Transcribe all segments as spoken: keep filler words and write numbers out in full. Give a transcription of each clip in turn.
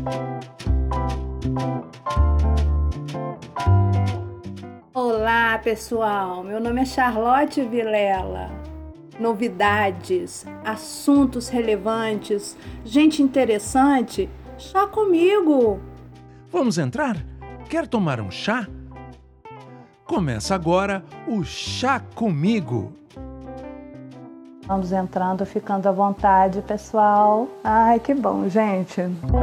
Olá, pessoal. Meu nome é Charlotte Vilela. Novidades, assuntos relevantes, gente interessante, chá comigo. Vamos entrar? Quer tomar um chá? Começa agora o Chá Comigo. Vamos entrando, ficando à vontade, pessoal. Ai, que bom, gente.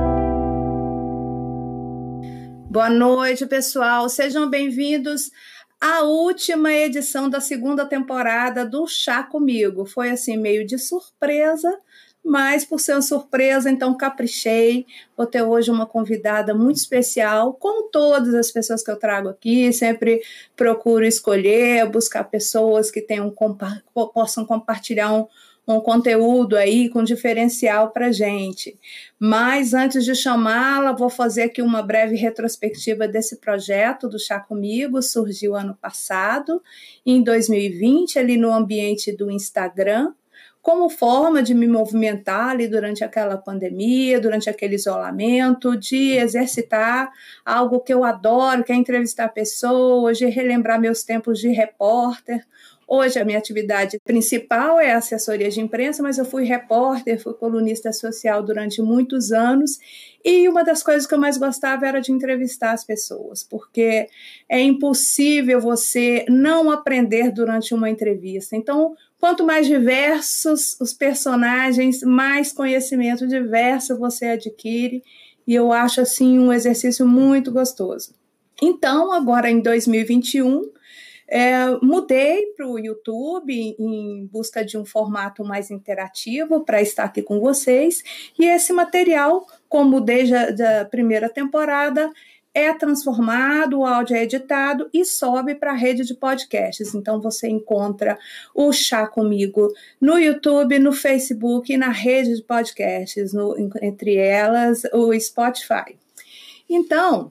Boa noite, pessoal. Sejam bem-vindos à última edição da segunda temporada do Chá Comigo. Foi assim, meio de surpresa, mas por ser uma surpresa, então caprichei. Vou ter hoje uma convidada muito especial, como todas as pessoas que eu trago aqui. Sempre procuro escolher, buscar pessoas que tenham, compa- possam compartilhar um um conteúdo aí com diferencial para a gente. Mas antes de chamá-la, vou fazer aqui uma breve retrospectiva desse projeto do Chá Comigo. Surgiu ano passado, em dois mil e vinte, ali no ambiente do Instagram, como forma de me movimentar ali durante aquela pandemia, durante aquele isolamento, de exercitar algo que eu adoro, que é entrevistar pessoas, de relembrar meus tempos de repórter. Hoje a minha atividade principal é assessoria de imprensa, mas eu fui repórter, fui colunista social durante muitos anos, e uma das coisas que eu mais gostava era de entrevistar as pessoas, porque é impossível você não aprender durante uma entrevista. Então, quanto mais diversos os personagens, mais conhecimento diverso você adquire, e eu acho assim um exercício muito gostoso. Então, agora em dois mil e vinte e um, É, mudei para o YouTube em busca de um formato mais interativo para estar aqui com vocês, e esse material, como desde a da primeira temporada, é transformado, o áudio é editado e sobe para a rede de podcasts. Então você encontra o Chá Comigo no YouTube, no Facebook e na rede de podcasts, no, entre elas o Spotify. Então,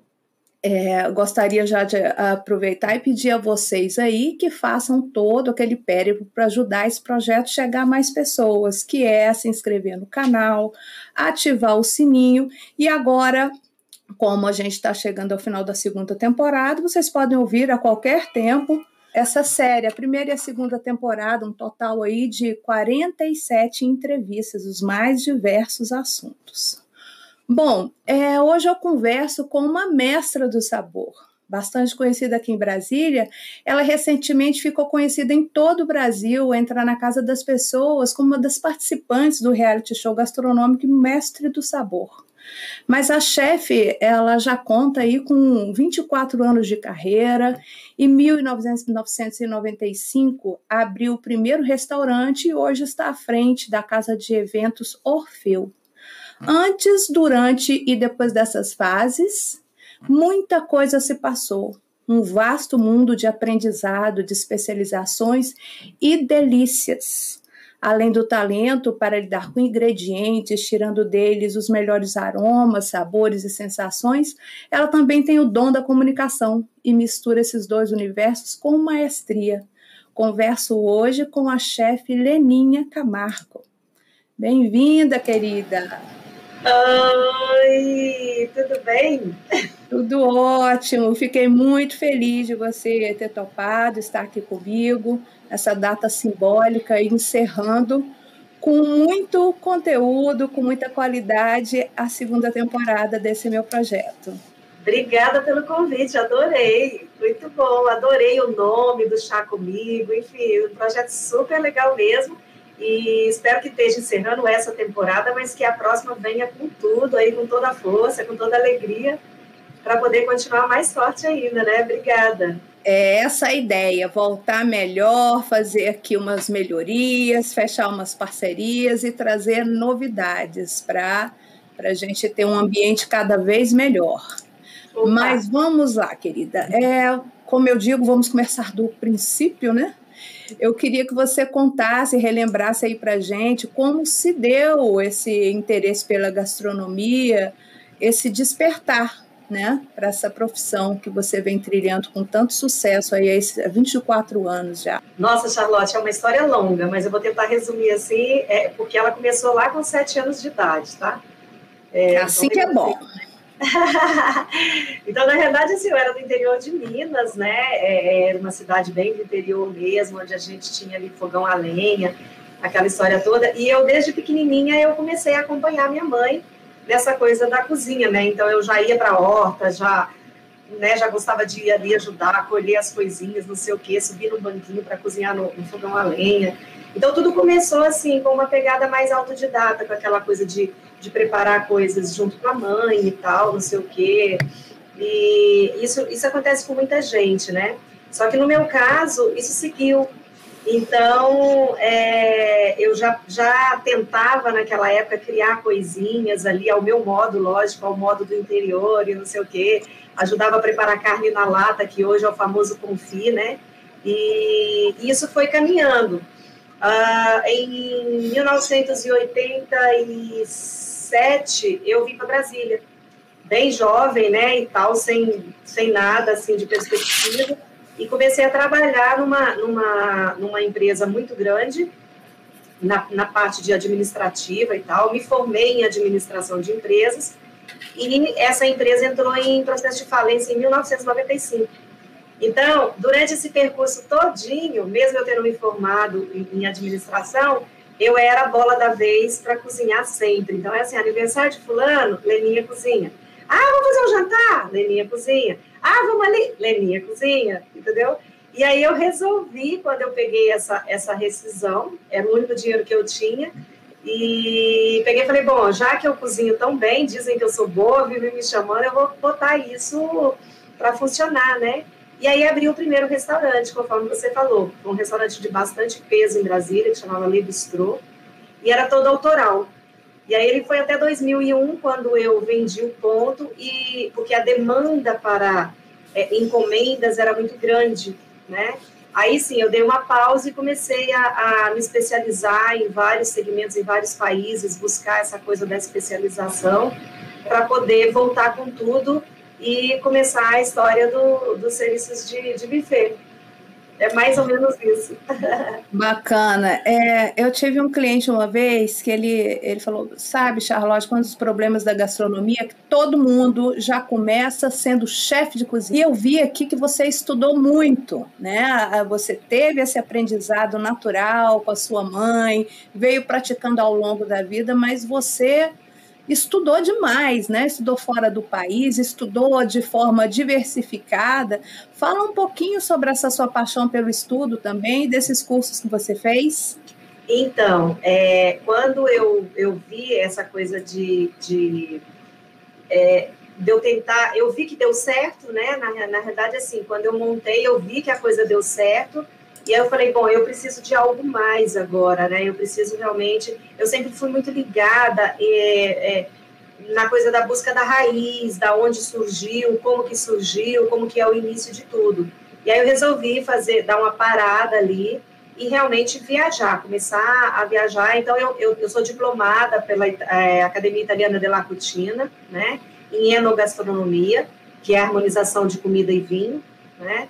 É, gostaria já de aproveitar e pedir a vocês aí que façam todo aquele périplo para ajudar esse projeto a chegar a mais pessoas, que é se inscrever no canal, ativar o sininho. E agora, como a gente está chegando ao final da segunda temporada, vocês podem ouvir a qualquer tempo essa série, a primeira e a segunda temporada, um total aí de quarenta e sete entrevistas, os mais diversos assuntos. Bom, é, hoje eu converso com uma mestra do sabor, bastante conhecida aqui em Brasília. Ela recentemente ficou conhecida em todo o Brasil, entra na casa das pessoas como uma das participantes do reality show gastronômico Mestre do Sabor. Mas a chefe, ela já conta aí com vinte e quatro anos de carreira. Em mil novecentos e noventa e cinco, abriu o primeiro restaurante e hoje está à frente da casa de eventos Orfeu. Antes, durante e depois dessas fases, muita coisa se passou. Um vasto mundo de aprendizado, de especializações e delícias. Além do talento para lidar com ingredientes, tirando deles os melhores aromas, sabores e sensações, ela também tem o dom da comunicação e mistura esses dois universos com maestria. Converso hoje com a chefe Leninha Camargo. Bem-vinda, querida! Oi, tudo bem? Tudo ótimo, fiquei muito feliz de você ter topado estar aqui comigo, essa data simbólica, encerrando com muito conteúdo, com muita qualidade, a segunda temporada desse meu projeto. Obrigada pelo convite, adorei, muito bom, adorei o nome do Chá Comigo, enfim, um projeto super legal mesmo. E espero que esteja encerrando essa temporada, mas que a próxima venha com tudo, aí, com toda a força, com toda a alegria, para poder continuar mais forte ainda, né? Obrigada. É essa a ideia, voltar melhor, fazer aqui umas melhorias, fechar umas parcerias e trazer novidades para a gente ter um ambiente cada vez melhor. Opa. Mas vamos lá, querida. É, como eu digo, vamos começar do princípio, né? Eu queria que você contasse, relembrasse aí pra gente como se deu esse interesse pela gastronomia, esse despertar, né, para essa profissão que você vem trilhando com tanto sucesso aí há vinte e quatro anos já. Nossa, Charlotte, é uma história longa, mas eu vou tentar resumir assim, é, porque ela começou lá com sete anos de idade, tá? É, assim então, que é bom. Então, na verdade, assim, eu era do interior de Minas, né? Era uma cidade bem do interior mesmo, onde a gente tinha ali fogão a lenha, aquela história toda. E eu, desde pequenininha, eu comecei a acompanhar minha mãe nessa coisa da cozinha, né? Então, eu já ia para a horta, já, né, já gostava de ir ali ajudar a colher as coisinhas, não sei o quê, subir no banquinho para cozinhar no, no fogão a lenha. Então, tudo começou, assim, com uma pegada mais autodidata, com aquela coisa de de preparar coisas junto com a mãe e tal, não sei o quê. E isso, isso acontece com muita gente, né? Só que no meu caso, isso seguiu. Então, é, eu já, já tentava naquela época criar coisinhas ali ao meu modo, lógico, ao modo do interior e não sei o quê. Ajudava a preparar carne na lata, que hoje é o famoso confit, né? E isso foi caminhando. Uh, em mil novecentos e oitenta e sete, eu vim para Brasília, bem jovem, né, e tal, sem, sem nada, assim, de perspectiva, e comecei a trabalhar numa, numa, numa empresa muito grande, na, na parte de administrativa e tal. Me formei em administração de empresas, e essa empresa entrou em processo de falência em mil novecentos e noventa e cinco. Então, durante esse percurso todinho, mesmo eu tendo me formado em, em administração, eu era a bola da vez para cozinhar sempre. Então, é assim, aniversário de fulano, Leninha cozinha. Ah, vamos fazer um jantar? Leninha cozinha. Ah, vamos ali? Leninha cozinha, entendeu? E aí eu resolvi, quando eu peguei essa, essa rescisão, era o único dinheiro que eu tinha, e peguei e falei, bom, já que eu cozinho tão bem, dizem que eu sou boa, vivem me chamando, eu vou botar isso para funcionar, né? E aí abri o primeiro restaurante, conforme você falou, um restaurante de bastante peso em Brasília, que chamava Le Bistrô, e era todo autoral. E aí ele foi até dois mil e um, quando eu vendi o ponto, e, porque a demanda para é, encomendas era muito grande, né? Aí sim, eu dei uma pausa e comecei a, a me especializar em vários segmentos, em vários países, buscar essa coisa da especialização, para poder voltar com tudo e começar a história do, dos serviços de, de buffet. É mais ou menos isso. Bacana. É, eu tive um cliente uma vez que ele, ele falou, sabe, Charlotte, quando os problemas da gastronomia, que todo mundo já começa sendo chefe de cozinha. E eu vi aqui que você estudou muito, né? Você teve esse aprendizado natural com a sua mãe, veio praticando ao longo da vida, mas você estudou demais, né? Estudou fora do país, estudou de forma diversificada. Fala um pouquinho sobre essa sua paixão pelo estudo também, desses cursos que você fez. Então, é, quando eu, eu vi essa coisa de, de, é, de eu tentar, eu vi que deu certo, né? Na, na verdade, assim, quando eu montei, eu vi que a coisa deu certo. E aí eu falei, bom, eu preciso de algo mais agora, né? Eu preciso realmente... Eu sempre fui muito ligada é, é, na coisa da busca da raiz, da onde surgiu, como que surgiu, como que é o início de tudo. E aí eu resolvi fazer, dar uma parada ali e realmente viajar, começar a viajar. Então, eu, eu, eu sou diplomada pela é, Academia Italiana della Cucina, né? Em enogastronomia, que é a harmonização de comida e vinho, né?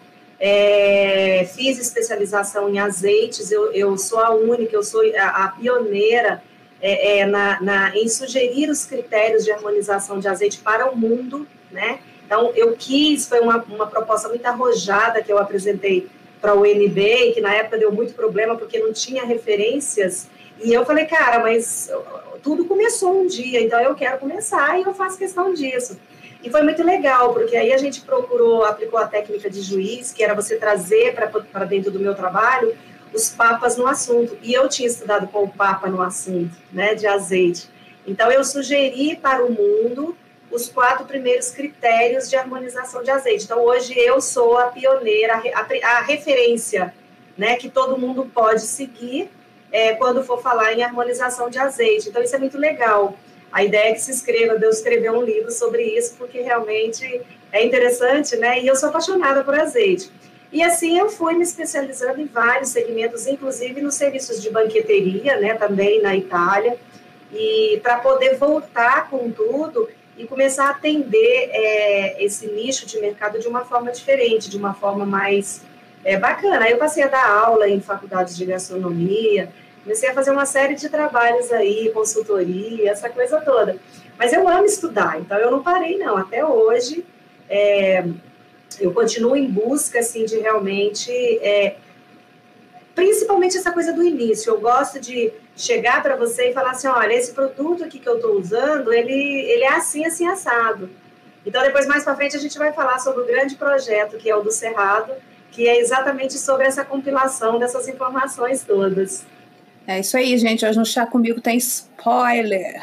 É, fiz especialização em azeites, eu, eu sou a única, eu sou a, a pioneira é, é, na, na, em sugerir os critérios de harmonização de azeite para o mundo, né? Então, eu quis, foi uma, uma proposta muito arrojada que eu apresentei para o U N B, que na época deu muito problema, porque não tinha referências, e eu falei, cara, mas tudo começou um dia, então eu quero começar, e eu faço questão disso. E foi muito legal, porque aí a gente procurou, aplicou a técnica de juiz, que era você trazer para dentro do meu trabalho os papas no assunto. E eu tinha estudado com o papa no assunto, né, de azeite. Então, eu sugeri para o mundo os quatro primeiros critérios de harmonização de azeite. Então, hoje eu sou a pioneira, a, a referência, né, que todo mundo pode seguir é, quando for falar em harmonização de azeite. Então, isso é muito legal. A ideia é que se escreva, Deus escrever um livro sobre isso, porque realmente é interessante, né? E eu sou apaixonada por azeite. E assim eu fui me especializando em vários segmentos, inclusive nos serviços de banqueteria, né? Também na Itália, e para poder voltar com tudo e começar a atender é, esse nicho de mercado de uma forma diferente, de uma forma mais é, bacana. Aí eu passei a dar aula em faculdades de gastronomia, comecei a fazer uma série de trabalhos aí, consultoria, essa coisa toda. Mas eu amo estudar, então eu não parei, não. Até hoje, é, eu continuo em busca, assim, de realmente... É, principalmente essa coisa do início. Eu gosto de chegar para você e falar assim, olha, esse produto aqui que eu estou usando, ele, ele é assim, assim, assado. Então, depois, mais para frente, a gente vai falar sobre o grande projeto, que é o do Cerrado, que é exatamente sobre essa compilação dessas informações todas. É isso aí, gente. Hoje no Chá Comigo tem spoiler.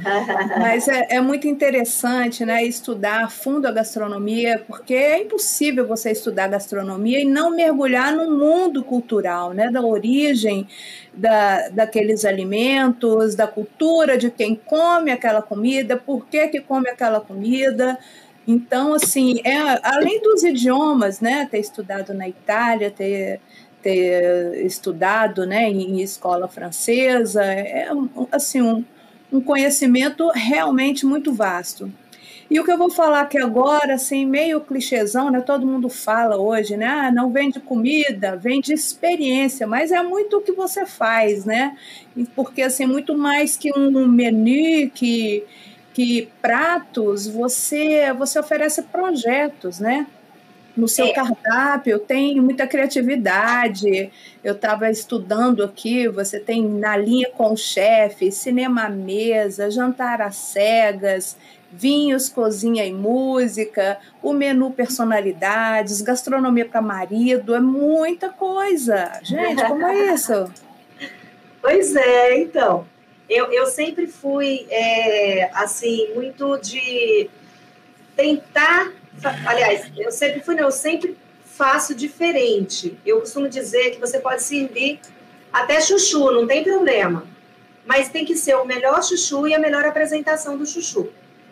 Mas é, é muito interessante, né, estudar a fundo a gastronomia, porque é impossível você estudar gastronomia e não mergulhar no mundo cultural, né, da origem da, daqueles alimentos, da cultura de quem come aquela comida, por que que come aquela comida. Então, assim, é, além dos idiomas, né, ter estudado na Itália, ter, ter estudado, né, em escola francesa, é assim, um um conhecimento realmente muito vasto. E o que eu vou falar aqui agora, assim, meio clichêzão, né? Todo mundo fala hoje, né? Ah, não vende comida, vende experiência, mas é muito o que você faz, né? Porque, assim, muito mais que um menu, que, que pratos, você, você oferece projetos, né? No seu é. cardápio tem muita criatividade. Eu estava estudando aqui, você tem Na Linha com o Chefe, Cinema à Mesa, Jantar às Cegas, Vinhos, Cozinha e Música, o menu Personalidades, Gastronomia para Marido, é muita coisa. Gente, como é isso? Pois é, então. Eu, eu sempre fui, é, assim, muito de tentar... Aliás, eu sempre fui, não, eu sempre faço diferente. Eu costumo dizer que você pode servir até chuchu, não tem problema. Mas tem que ser o melhor chuchu e a melhor apresentação do chuchu.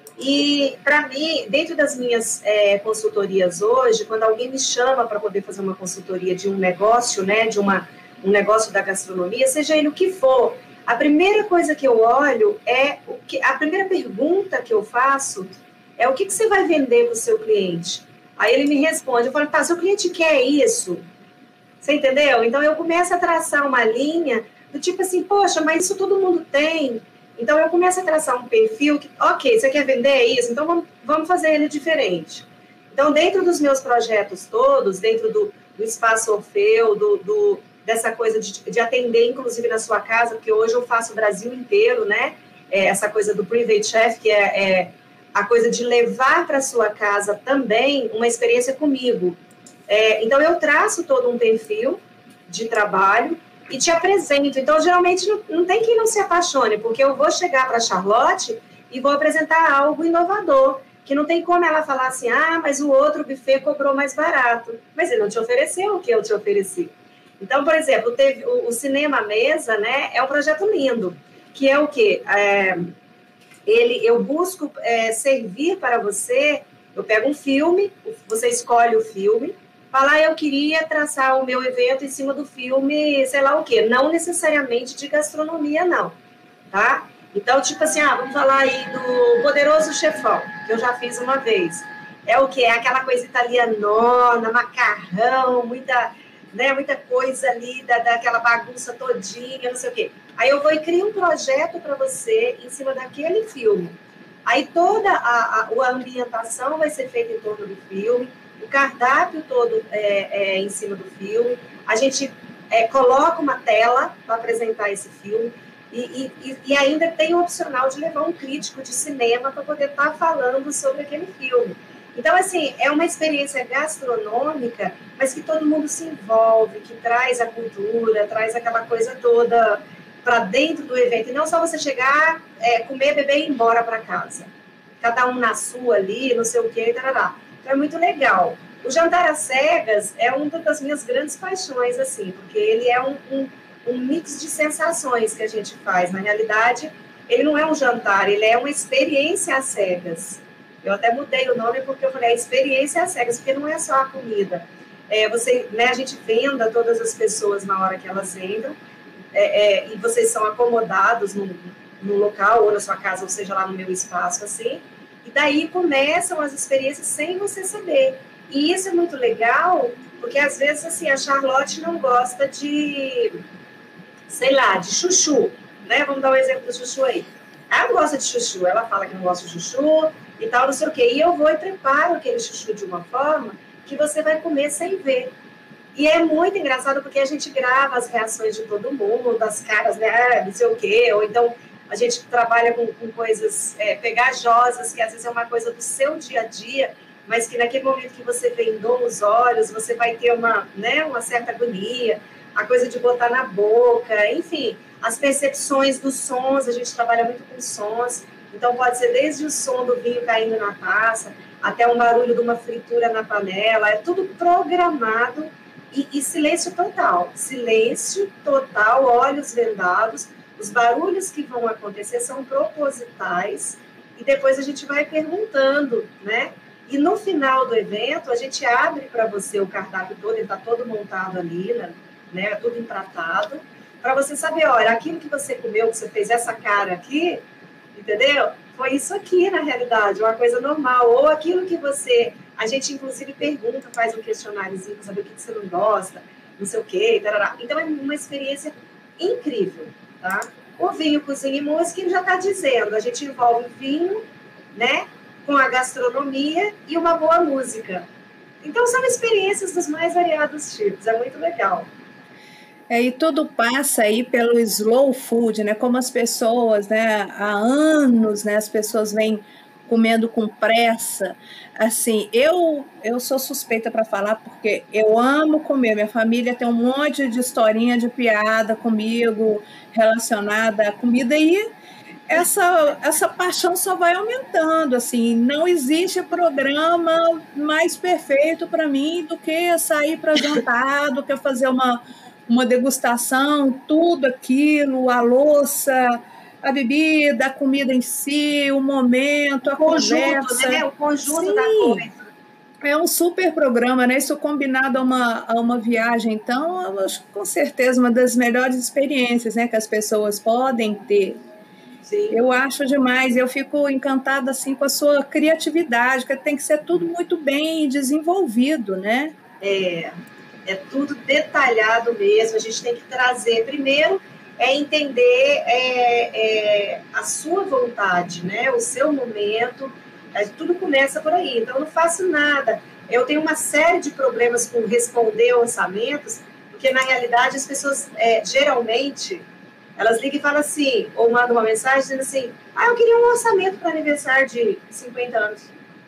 E, para mim, dentro das minhas é, consultorias hoje, quando alguém me chama para poder fazer uma consultoria de um negócio, né, de uma, um negócio da gastronomia, seja ele o que for, a primeira coisa que eu olho é, o que, a primeira pergunta que eu faço é o que, que você vai vender para o seu cliente? Aí ele me responde, eu falo, tá, seu cliente quer isso? Você entendeu? Então eu começo a traçar uma linha do tipo assim, poxa, mas isso todo mundo tem. Então eu começo a traçar um perfil que, ok, você quer vender isso? Então vamos, vamos fazer ele diferente. Então dentro dos meus projetos todos, dentro do, do Espaço Orfeu, do, do, dessa coisa de, de atender inclusive na sua casa, porque hoje eu faço o Brasil inteiro, né? É, essa coisa do Private Chef, que é... é a coisa de levar para sua casa também uma experiência comigo. É, então, eu traço todo um perfil de trabalho e te apresento. Então, geralmente, não, não tem quem não se apaixone, porque eu vou chegar para a Charlotte e vou apresentar algo inovador, que não tem como ela falar assim, ah, mas o outro buffet cobrou mais barato. Mas ele não te ofereceu o que eu te ofereci. Então, por exemplo, teve o, o Cinema à Mesa, né, é um projeto lindo, que é o quê? É... Ele, eu busco é, servir para você, eu pego um filme, você escolhe o filme, fala, ah, eu queria traçar o meu evento em cima do filme, sei lá o quê, não necessariamente de gastronomia, não, tá? Então, tipo assim, ah, vamos falar aí do Poderoso Chefão, que eu já fiz uma vez. É o quê? É aquela coisa italianona, macarrão, muita, né, muita coisa ali, da, daquela bagunça todinha, não sei o quê. Aí eu vou e crio um projeto para você em cima daquele filme. Aí toda a, a, a ambientação vai ser feita em torno do filme, o cardápio todo é, é em cima do filme, a gente é, coloca uma tela para apresentar esse filme, e, e, e ainda tem o opcional de levar um crítico de cinema para poder estar tá falando sobre aquele filme. Então, assim, é uma experiência gastronômica, mas que todo mundo se envolve, que traz a cultura, traz aquela coisa toda para dentro do evento, e não só você chegar, é, comer, beber e ir embora para casa. Cada um na sua ali, não sei o quê, tarará. Então é muito legal. O Jantar às Cegas é uma das minhas grandes paixões, assim, porque ele é um, um, um mix de sensações que a gente faz. Na realidade, ele não é um jantar, ele é uma experiência às cegas. Eu até mudei o nome porque eu falei, é experiência às cegas, porque não é só a comida. É, você, né, a gente venda todas as pessoas na hora que elas entram, É, é, e vocês são acomodados no, no local, ou na sua casa, ou seja, lá no meu espaço, assim, e daí começam as experiências sem você saber. E isso é muito legal, porque às vezes, assim, a Charlotte não gosta de, sei lá, de chuchu, né? Vamos dar um exemplo do chuchu aí. ela não gosta de chuchu, ela fala que não gosta de chuchu e tal, não sei o quê. E eu vou e preparo aquele chuchu de uma forma que você vai comer sem ver. E é muito engraçado porque a gente grava as reações de todo mundo, as caras, né, não sei o quê, ou então a gente trabalha com, com coisas é, pegajosas, que às vezes é uma coisa do seu dia a dia, mas que naquele momento que você vendou os olhos, você vai ter uma, né, uma certa agonia, a coisa de botar na boca, enfim, as percepções dos sons, a gente trabalha muito com sons, então pode ser desde o som do vinho caindo na taça, até o barulho de uma fritura na panela, é tudo programado e, e silêncio total, silêncio total, olhos vendados, os barulhos que vão acontecer são propositais e depois a gente vai perguntando, né? E no final do evento, a gente abre para você o cardápio todo, ele está todo montado ali, né? né? Tudo empratado, para você saber, olha, aquilo que você comeu, que você fez essa cara aqui, entendeu? Foi isso aqui, na realidade, uma coisa normal. Ou aquilo que você... A gente, inclusive, pergunta, faz um questionáriozinho para saber o que você não gosta, não sei o quê, tarará. Então, é uma experiência incrível, tá? O vinho, cozinha e música, ele já está dizendo, a gente envolve vinho, né, com a gastronomia e uma boa música. Então, são experiências dos mais variados tipos, é muito legal. É, e tudo passa aí pelo slow food, né? Como as pessoas, né? Há anos, né? As pessoas vêm comendo com pressa. Assim, eu eu sou suspeita para falar porque eu amo comer. Minha família tem um monte de historinha de piada comigo relacionada à comida e essa essa paixão só vai aumentando. Assim, não existe programa mais perfeito para mim do que sair para jantar, do que fazer uma uma degustação, tudo aquilo, a louça, a bebida, a comida em si, o momento, a conjunto, conversa. Né? O conjunto Sim, da coisa. É um super programa, né? Isso combinado a uma, a uma viagem, então, eu acho com certeza uma das melhores experiências, né, que as pessoas podem ter. Sim. Eu acho demais, eu fico encantada assim com a sua criatividade, que tem que ser tudo muito bem desenvolvido, né? É... É tudo detalhado mesmo, a gente tem que trazer, primeiro, é entender é, é, a sua vontade, né, o seu momento, tudo começa por aí, então eu não faço nada. Eu tenho uma série de problemas com responder orçamentos, porque na realidade as pessoas, é, geralmente, elas ligam e falam assim, ou mandam uma mensagem dizendo assim, ah, eu queria um orçamento para aniversário de cinquenta anos.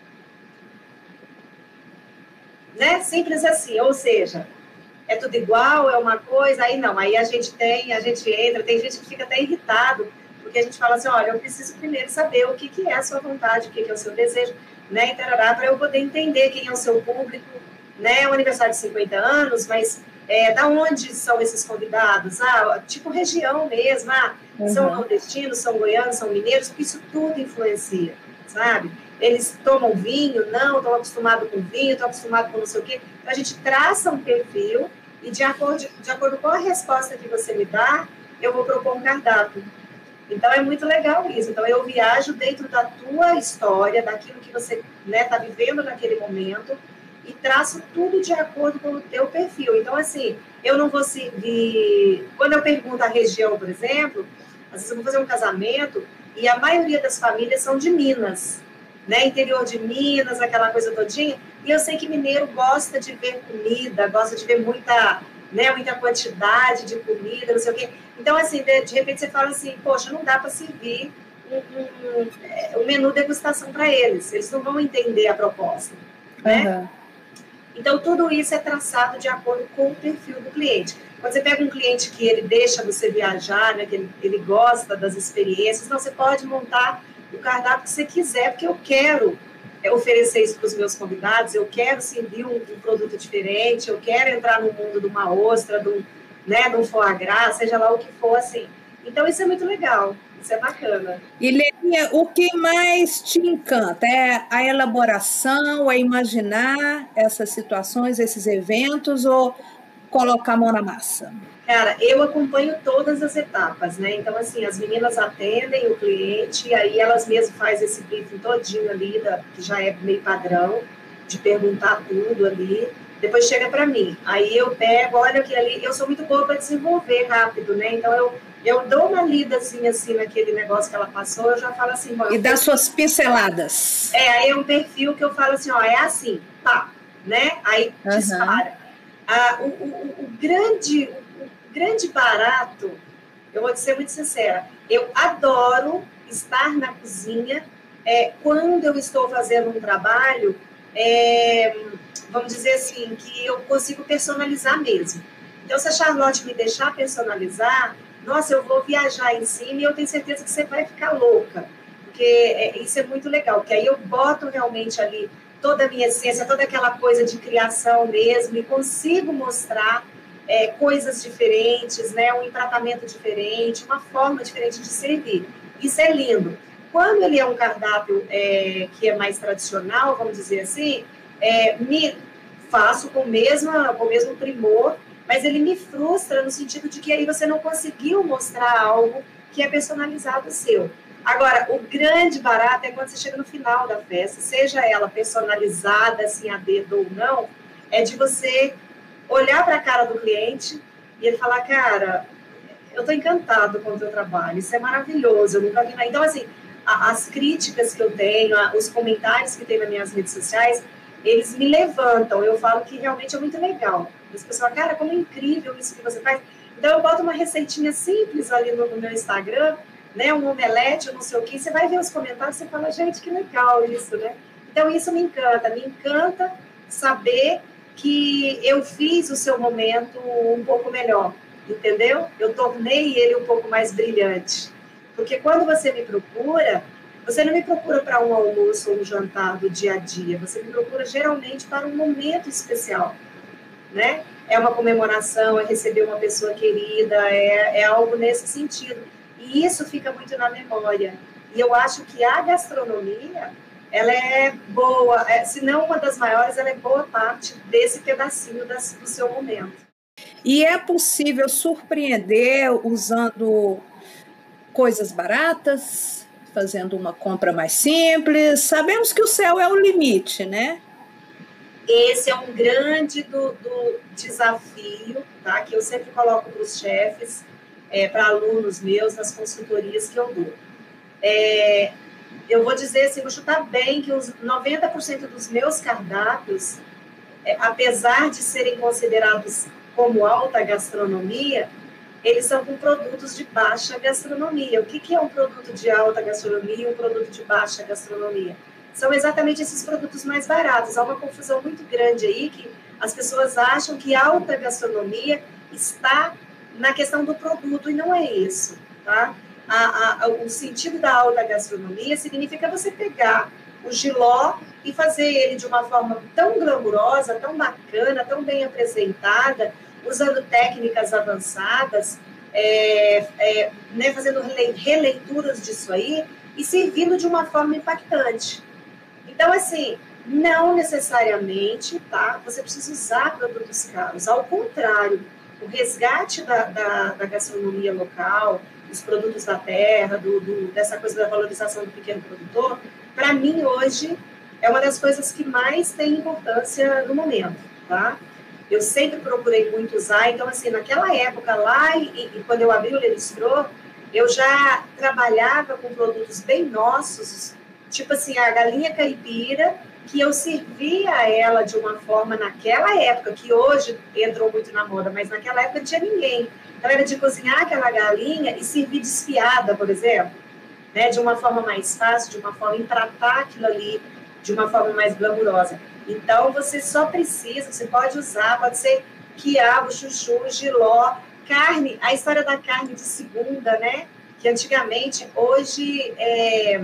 Né? Simples assim, ou seja, é tudo igual, é uma coisa, aí não, aí a gente tem, a gente entra, tem gente que fica até irritado, porque a gente fala assim, olha, eu preciso primeiro saber o que, que é a sua vontade, o que, que é o seu desejo, né, para eu poder entender quem é o seu público, né, é um aniversário de cinquenta anos, mas é, da onde são esses convidados? Ah, tipo região mesmo, ah, uhum. São nordestinos, são goianos, são mineiros, porque isso tudo influencia, sabe? Eles tomam vinho, não, estão acostumados com vinho, estão acostumados com não sei o quê. Então, a gente traça um perfil e, de acordo, de acordo com a resposta que você me dá, eu vou propor um cardápio. Então, é muito legal isso. Então, eu viajo dentro da tua história, daquilo que você está, né, tá vivendo naquele momento, e traço tudo de acordo com o teu perfil. Então, assim, eu não vou seguir... Quando eu pergunto a região, por exemplo, às vezes eu vou fazer um casamento, e a maioria das famílias são de Minas, né, interior de Minas, aquela coisa todinha, e eu sei que mineiro gosta de ver comida, gosta de ver muita, né, muita quantidade de comida, não sei o quê. Então, assim, de, de repente você fala assim, poxa, não dá para servir um, um, um, um menu degustação para eles, eles não vão entender a proposta, né? Uhum. Então, tudo isso é traçado de acordo com o perfil do cliente. Quando você pega um cliente que ele deixa você viajar, né, que ele, ele gosta das experiências, não, você pode montar o cardápio que você quiser, porque eu quero oferecer isso para os meus convidados, eu quero servir um, um produto diferente, eu quero entrar no mundo de uma ostra, de um, né, de um foie gras, seja lá o que for, assim. Então, isso é muito legal, isso é bacana. E, Leninha, o que mais te encanta? É a elaboração, é imaginar essas situações, esses eventos, ou colocar a mão na massa? Cara, eu acompanho todas as etapas, né? Então, assim, as meninas atendem o cliente, e aí elas mesmas fazem esse briefing todinho ali, da, que já é meio padrão, de perguntar tudo ali. Depois chega para mim. Aí eu pego, olha aquilo ali, eu sou muito boa para desenvolver rápido, né? Então, eu eu dou uma lidazinha assim naquele negócio que ela passou, eu já falo assim... Bom, e dá suas pinceladas. É, aí é um perfil que eu falo assim, ó, é assim, pá, né? Aí Uhum. dispara. Ah, o, o, o, grande, o, o grande barato, eu vou ser muito sincera, eu adoro estar na cozinha é, quando eu estou fazendo um trabalho, é, vamos dizer assim, que eu consigo personalizar mesmo. Então, se a Charlotte me deixar personalizar, nossa, eu vou viajar em cima e eu tenho certeza que você vai ficar louca. Porque é, isso é muito legal, porque aí eu boto realmente ali toda a minha essência, toda aquela coisa de criação mesmo, e consigo mostrar é, coisas diferentes, né, um tratamento diferente, uma forma diferente de servir. Isso é lindo. Quando ele é um cardápio é, que é mais tradicional, vamos dizer assim, é, me faço com, mesma, com o mesmo primor, mas ele me frustra no sentido de que aí você não conseguiu mostrar algo que é personalizado seu. Agora, o grande barato é quando você chega no final da festa, seja ela personalizada, assim, a dedo ou não, é de você olhar para a cara do cliente e ele falar, cara, eu estou encantado com o teu trabalho, isso é maravilhoso, eu nunca vi nada. Então, assim, a, as críticas que eu tenho, a, os comentários que tem nas minhas redes sociais, eles me levantam, eu falo que realmente é muito legal. As pessoas falam, cara, como é incrível isso que você faz. Então, eu boto uma receitinha simples ali no, no meu Instagram, né, um omelete, ou não sei o que, você vai ver os comentários e você fala, gente, que legal isso, né? Então, isso me encanta, me encanta saber que eu fiz o seu momento um pouco melhor, entendeu? Eu tornei ele um pouco mais brilhante. Porque quando você me procura, você não me procura para um almoço ou um jantar do dia a dia, você me procura geralmente para um momento especial, né? É uma comemoração, é receber uma pessoa querida, é, é algo nesse sentido. E isso fica muito na memória. E eu acho que a gastronomia, ela é boa, é, se não uma das maiores, ela é boa parte desse pedacinho das, do seu momento. E é possível surpreender usando coisas baratas, fazendo uma compra mais simples. Sabemos que o céu é o limite, né? Esse é um grande do, do desafio, tá? Que eu sempre coloco para os chefes, é, para alunos meus, nas consultorias que eu dou. É, eu vou dizer assim, vou chutar bem que os noventa por cento dos meus cardápios, é, apesar de serem considerados como alta gastronomia, eles são com produtos de baixa gastronomia. O que, que é um produto de alta gastronomia e um produto de baixa gastronomia? São exatamente esses produtos mais baratos. Há uma confusão muito grande aí, que as pessoas acham que alta gastronomia está na questão do produto, e não é isso, tá? A, a, o sentido da alta gastronomia significa você pegar o jiló e fazer ele de uma forma tão glamurosa, tão bacana, tão bem apresentada, usando técnicas avançadas, é, é, né, fazendo releituras disso aí e servindo de uma forma impactante. Então, assim, não necessariamente, tá? Você precisa usar produtos caros. Ao contrário, o resgate da, da, da gastronomia local, dos produtos da terra, do, do, dessa coisa da valorização do pequeno produtor, para mim, hoje, é uma das coisas que mais tem importância no momento, tá? Eu sempre procurei muito usar, então, assim, naquela época lá, e, e quando eu abri o Le Bistrô, eu já trabalhava com produtos bem nossos, tipo assim, a galinha caipira, que eu servia ela de uma forma naquela época, que hoje entrou muito na moda, mas naquela época não tinha ninguém. Então, era de cozinhar aquela galinha e servir desfiada, por exemplo, né, de uma forma mais fácil, de uma forma empratar aquilo ali, de uma forma mais glamurosa. Então, você só precisa, você pode usar, pode ser quiabo, chuchu, jiló, carne, a história da carne de segunda, né, que antigamente, hoje, é,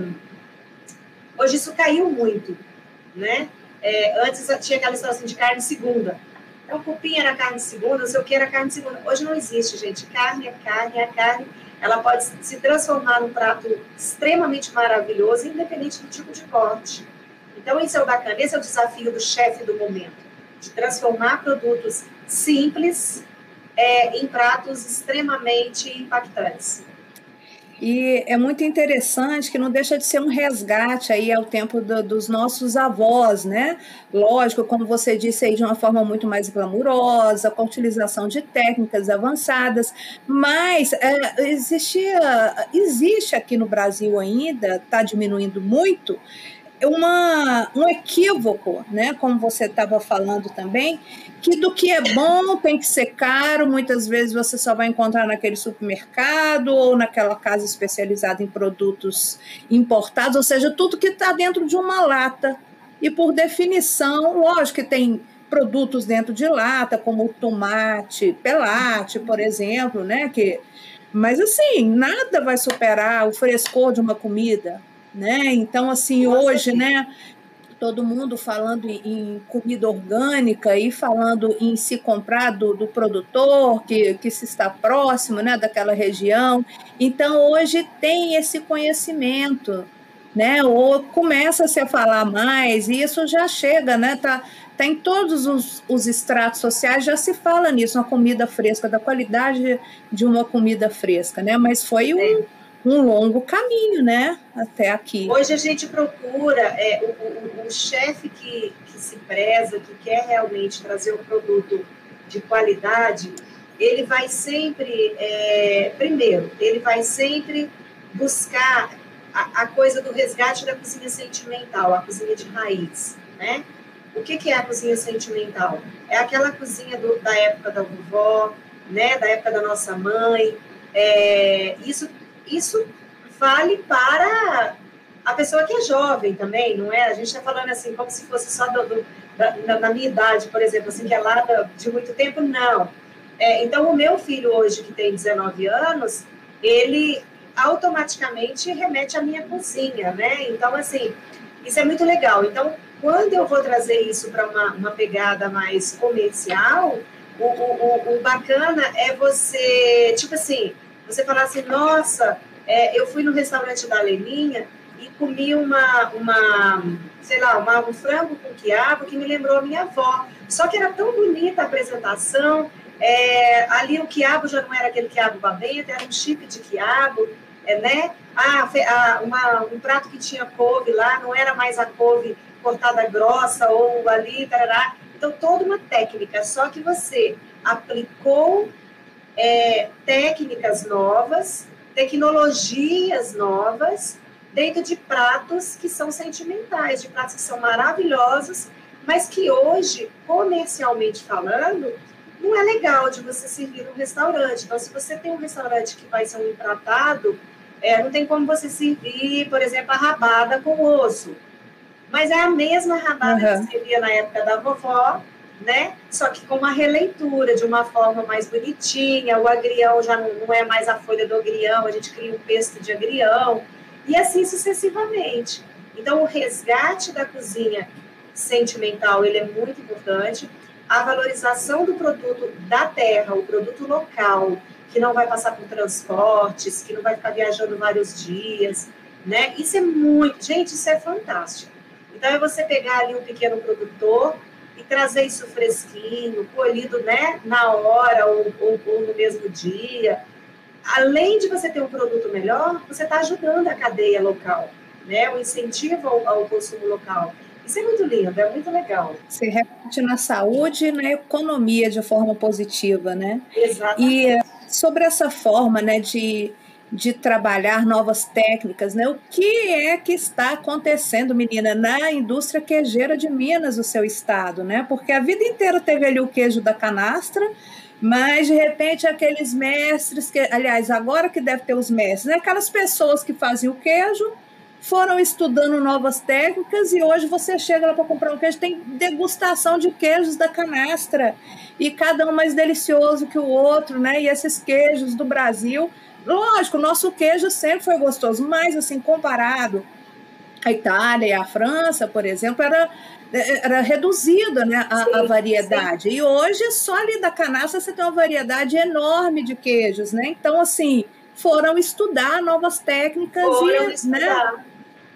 hoje isso caiu muito, né, é, antes tinha aquela história assim, de carne de segunda, então cupim era carne de segunda, não sei o que era carne de segunda, hoje não existe, gente, carne é carne, é carne, ela pode se transformar num prato extremamente maravilhoso, independente do tipo de corte. Então, isso é o bacana, esse é o desafio do chefe do momento, de transformar produtos simples é, em pratos extremamente impactantes. E é muito interessante que não deixa de ser um resgate aí ao tempo do, dos nossos avós, né? Lógico, como você disse aí, de uma forma muito mais glamurosa, com a utilização de técnicas avançadas, mas é, existia, existe aqui no Brasil ainda, está diminuindo muito, uma, um equívoco, né, como você estava falando também, que do que é bom tem que ser caro, muitas vezes você só vai encontrar naquele supermercado ou naquela casa especializada em produtos importados, ou seja, tudo que está dentro de uma lata. E por definição, lógico que tem produtos dentro de lata, como o tomate, pelate, por exemplo, né, que, mas assim, nada vai superar o frescor de uma comida, né? Então, assim, hoje, né, todo mundo falando em comida orgânica e falando em se comprar do, do produtor que, que se está próximo, né, daquela região. Então, hoje tem esse conhecimento, né, ou começa-se a falar mais, e isso já chega, né, tá, tá em todos os, os estratos sociais, já se fala nisso, uma comida fresca, da qualidade de uma comida fresca, né, mas foi um, um longo caminho, né, até aqui. Hoje a gente procura, é, o, o, o chefe que, que se preza, que quer realmente trazer um produto de qualidade, ele vai sempre, é, primeiro, ele vai sempre buscar a, a coisa do resgate da cozinha sentimental, a cozinha de raiz, né? O que, que é a cozinha sentimental? É aquela cozinha do, da época da vovó, né, da época da nossa mãe. É, isso, isso vale para a pessoa que é jovem também, não é? A gente está falando assim, como se fosse só do, do, da, da minha idade, por exemplo, assim, que é lá de muito tempo, não. É, então, o meu filho hoje, que tem dezenove anos, ele automaticamente remete à minha cozinha, né? Então, assim, isso é muito legal. Então, quando eu vou trazer isso para uma, uma pegada mais comercial, o, o, o bacana é você, tipo assim, você falar assim, nossa, é, eu fui no restaurante da Leninha e comi uma, uma sei lá, uma, um frango com quiabo que me lembrou a minha avó. Só que era tão bonita a apresentação, é, ali o quiabo já não era aquele quiabo babento, era um chip de quiabo, é, né? Ah, a, uma, um prato que tinha couve lá, não era mais a couve cortada grossa ou ali, tarará. Então, toda uma técnica, só que você aplicou é, técnicas novas, tecnologias novas, dentro de pratos que são sentimentais, de pratos que são maravilhosos, mas que hoje, comercialmente falando, não é legal de você servir num restaurante. Então, se você tem um restaurante que vai ser um empratado, é, não tem como você servir, por exemplo, a rabada com osso. Mas é a mesma rabada uhum. que servia na época da vovó, né? Só que com uma releitura, de uma forma mais bonitinha. O agrião já não, não é mais a folha do agrião, a gente cria um pesto de agrião, e assim sucessivamente. Então, o resgate da cozinha sentimental, ele é muito importante. A valorização do produto da terra, o produto local, que não vai passar por transportes, que não vai ficar viajando vários dias, né? Isso é muito... Gente, isso é fantástico. Então, é você pegar ali um pequeno produtor e trazer isso fresquinho, colhido, né, na hora ou, ou, ou no mesmo dia. Além de você ter um produto melhor, você está ajudando a cadeia local, né? O incentivo ao, ao consumo local. Isso é muito lindo, é muito legal. Se reflete na saúde e na economia de forma positiva, né? Exatamente. E sobre essa forma, né, de, de trabalhar novas técnicas, né? O que é que está acontecendo, menina, na indústria queijeira de Minas, o seu estado, né? Porque a vida inteira teve ali o queijo da canastra, mas de repente aqueles mestres, que, aliás, agora que deve ter os mestres, né? Aquelas pessoas que faziam o queijo, foram estudando novas técnicas e hoje você chega lá para comprar um queijo, tem degustação de queijos da canastra e cada um mais delicioso que o outro, né? E esses queijos do Brasil, lógico, o nosso queijo sempre foi gostoso, mas assim, comparado à Itália e à França, por exemplo, era, era reduzida, né, a, sim, a variedade. Sim. E hoje, só ali da canastra você tem uma variedade enorme de queijos, né? Então, assim, foram estudar novas técnicas. Foram e, estudar. Né?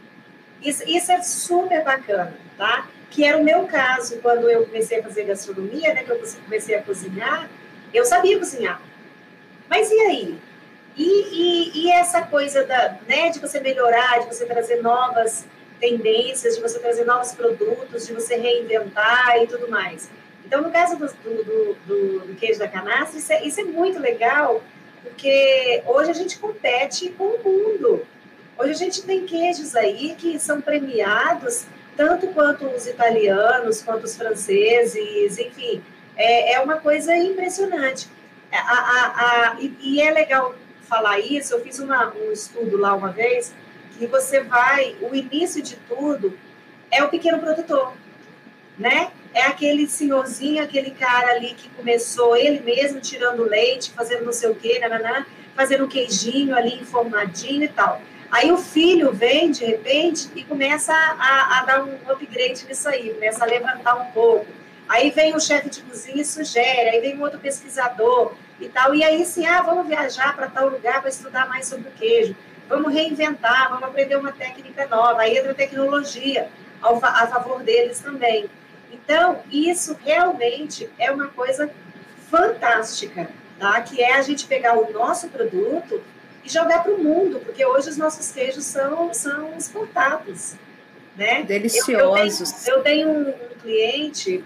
Isso, isso é super bacana, tá? Que era o meu caso quando eu comecei a fazer gastronomia, né? Que eu comecei a cozinhar, eu sabia cozinhar. Mas e aí? E, e, e essa coisa da, né, de você melhorar, de você trazer novas tendências, de você trazer novos produtos, de você reinventar e tudo mais. Então, no caso do, do, do, do queijo da canastra, isso é, isso é muito legal, porque hoje a gente compete com o mundo. Hoje a gente tem queijos aí que são premiados, tanto quanto os italianos, quanto os franceses, enfim, é, é uma coisa impressionante. A, a, a, e, e é legal falar isso, eu fiz uma, um estudo lá uma vez, que você vai, o início de tudo é o pequeno produtor, né? É aquele senhorzinho, aquele cara ali que começou ele mesmo tirando leite, fazendo não sei o quê, nananã, fazendo um queijinho ali enformadinho e tal. Aí o filho vem, de repente, e começa a, a dar um upgrade nisso aí, começa a levantar um pouco. Aí vem o chefe de cozinha e sugere, aí vem um outro pesquisador e tal. E aí, assim, ah, vamos viajar para tal lugar para estudar mais sobre o queijo. Vamos reinventar, vamos aprender uma técnica nova. Aí entra a tecnologia ao, a favor deles também. Então, isso realmente é uma coisa fantástica, tá? Que é a gente pegar o nosso produto e jogar para o mundo, porque hoje os nossos queijos são, são exportados, né? Deliciosos. Eu, eu tenho, eu tenho um, um cliente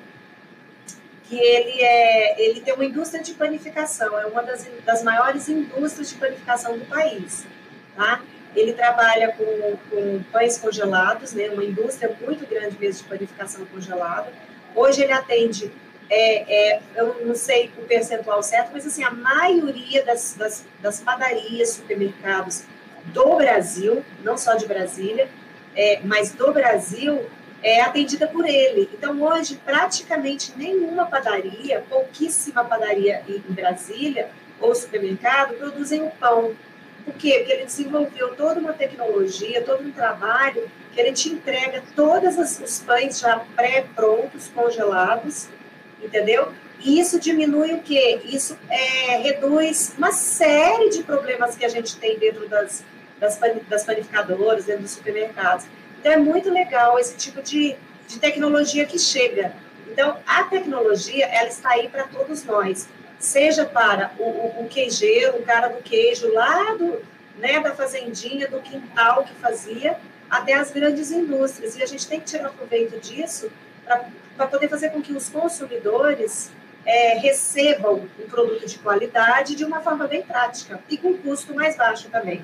que ele, é, ele tem uma indústria de panificação, é uma das, das maiores indústrias de panificação do país, tá? Ele trabalha com, com pães congelados, né, uma indústria muito grande mesmo de panificação congelada. Hoje ele atende, é, é, eu não sei o percentual certo, mas assim, a maioria das, das, das padarias, supermercados do Brasil, não só de Brasília, é, mas do Brasil, é atendida por ele. Então, hoje, praticamente nenhuma padaria, pouquíssima padaria em Brasília ou supermercado, produzem o pão. Por quê? Porque ele desenvolveu toda uma tecnologia, todo um trabalho, que ele te entrega todos os pães já pré-prontos, congelados, entendeu? E isso diminui o quê? Isso é, reduz uma série de problemas que a gente tem dentro das, das, das panificadoras, dentro dos supermercados. Então, é muito legal esse tipo de, de tecnologia que chega. Então, a tecnologia, ela está aí para todos nós. Seja para o, o, o queijeiro, o cara do queijo lá do, né, da fazendinha, do quintal que fazia, até as grandes indústrias. E a gente tem que tirar proveito disso para poder fazer com que os consumidores é, recebam um produto de qualidade de uma forma bem prática e com custo mais baixo também.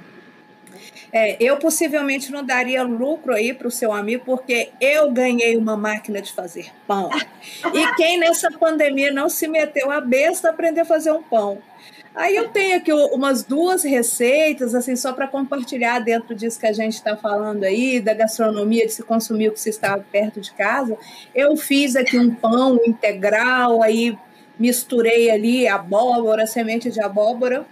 É, eu possivelmente não daria lucro aí para o seu amigo, porque eu ganhei uma máquina de fazer pão. E quem nessa pandemia não se meteu a besta aprender a fazer um pão? Aí eu tenho aqui umas duas receitas, assim, só para compartilhar dentro disso que a gente está falando aí, da gastronomia, de se consumir o que se está perto de casa. Eu fiz aqui um pão integral, aí misturei ali abóbora, semente de abóbora,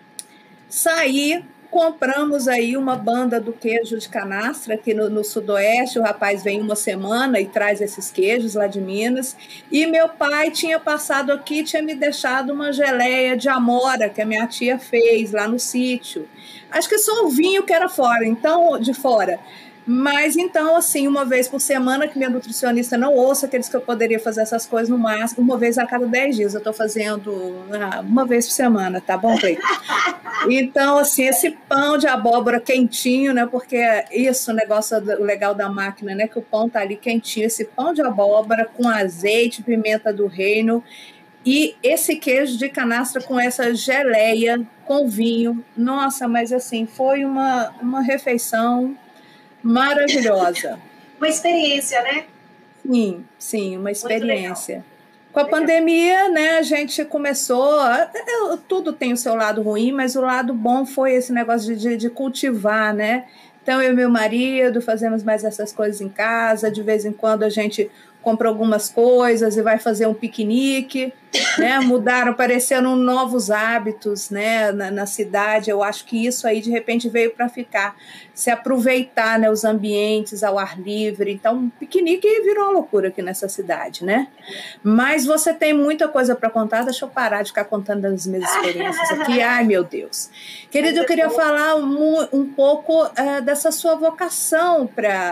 saí. Compramos aí uma banda do queijo de canastra aqui no, no sudoeste, o rapaz vem uma semana e traz esses queijos lá de Minas, e meu pai tinha passado aqui, tinha me deixado uma geleia de amora que a minha tia fez lá no sítio. Acho que só o vinho que era fora, então, de fora. Mas então, assim, uma vez por semana, que minha nutricionista não ouça, aqueles que eu poderia fazer essas coisas no máximo, uma vez a cada dez dias, eu estou fazendo ah, uma vez por semana, tá bom, Cleiton? Então, assim, esse pão de abóbora quentinho, né, porque isso, o negócio legal da máquina, né, que o pão tá ali quentinho, esse pão de abóbora com azeite, pimenta do reino, e esse queijo de canastra com essa geleia, com vinho, nossa, mas assim, foi uma, uma refeição maravilhosa. Uma experiência, né? Sim, sim, uma experiência. Com a legal. Pandemia, né, a gente começou, tudo tem o seu lado ruim, mas o lado bom foi esse negócio de, de cultivar, né? Então, eu e meu marido fazemos mais essas coisas em casa, de vez em quando a gente compra algumas coisas e vai fazer um piquenique, né? Mudaram, apareceram novos hábitos, né, na, na cidade. Eu acho que isso aí de repente veio para ficar, se aproveitar, né, os ambientes ao ar livre. Então, piquenique virou uma loucura aqui nessa cidade, né? Mas você tem muita coisa para contar. Deixa eu parar de ficar contando as minhas experiências aqui. Ai, meu Deus. Querido, eu queria falar um, um pouco uh, dessa sua vocação para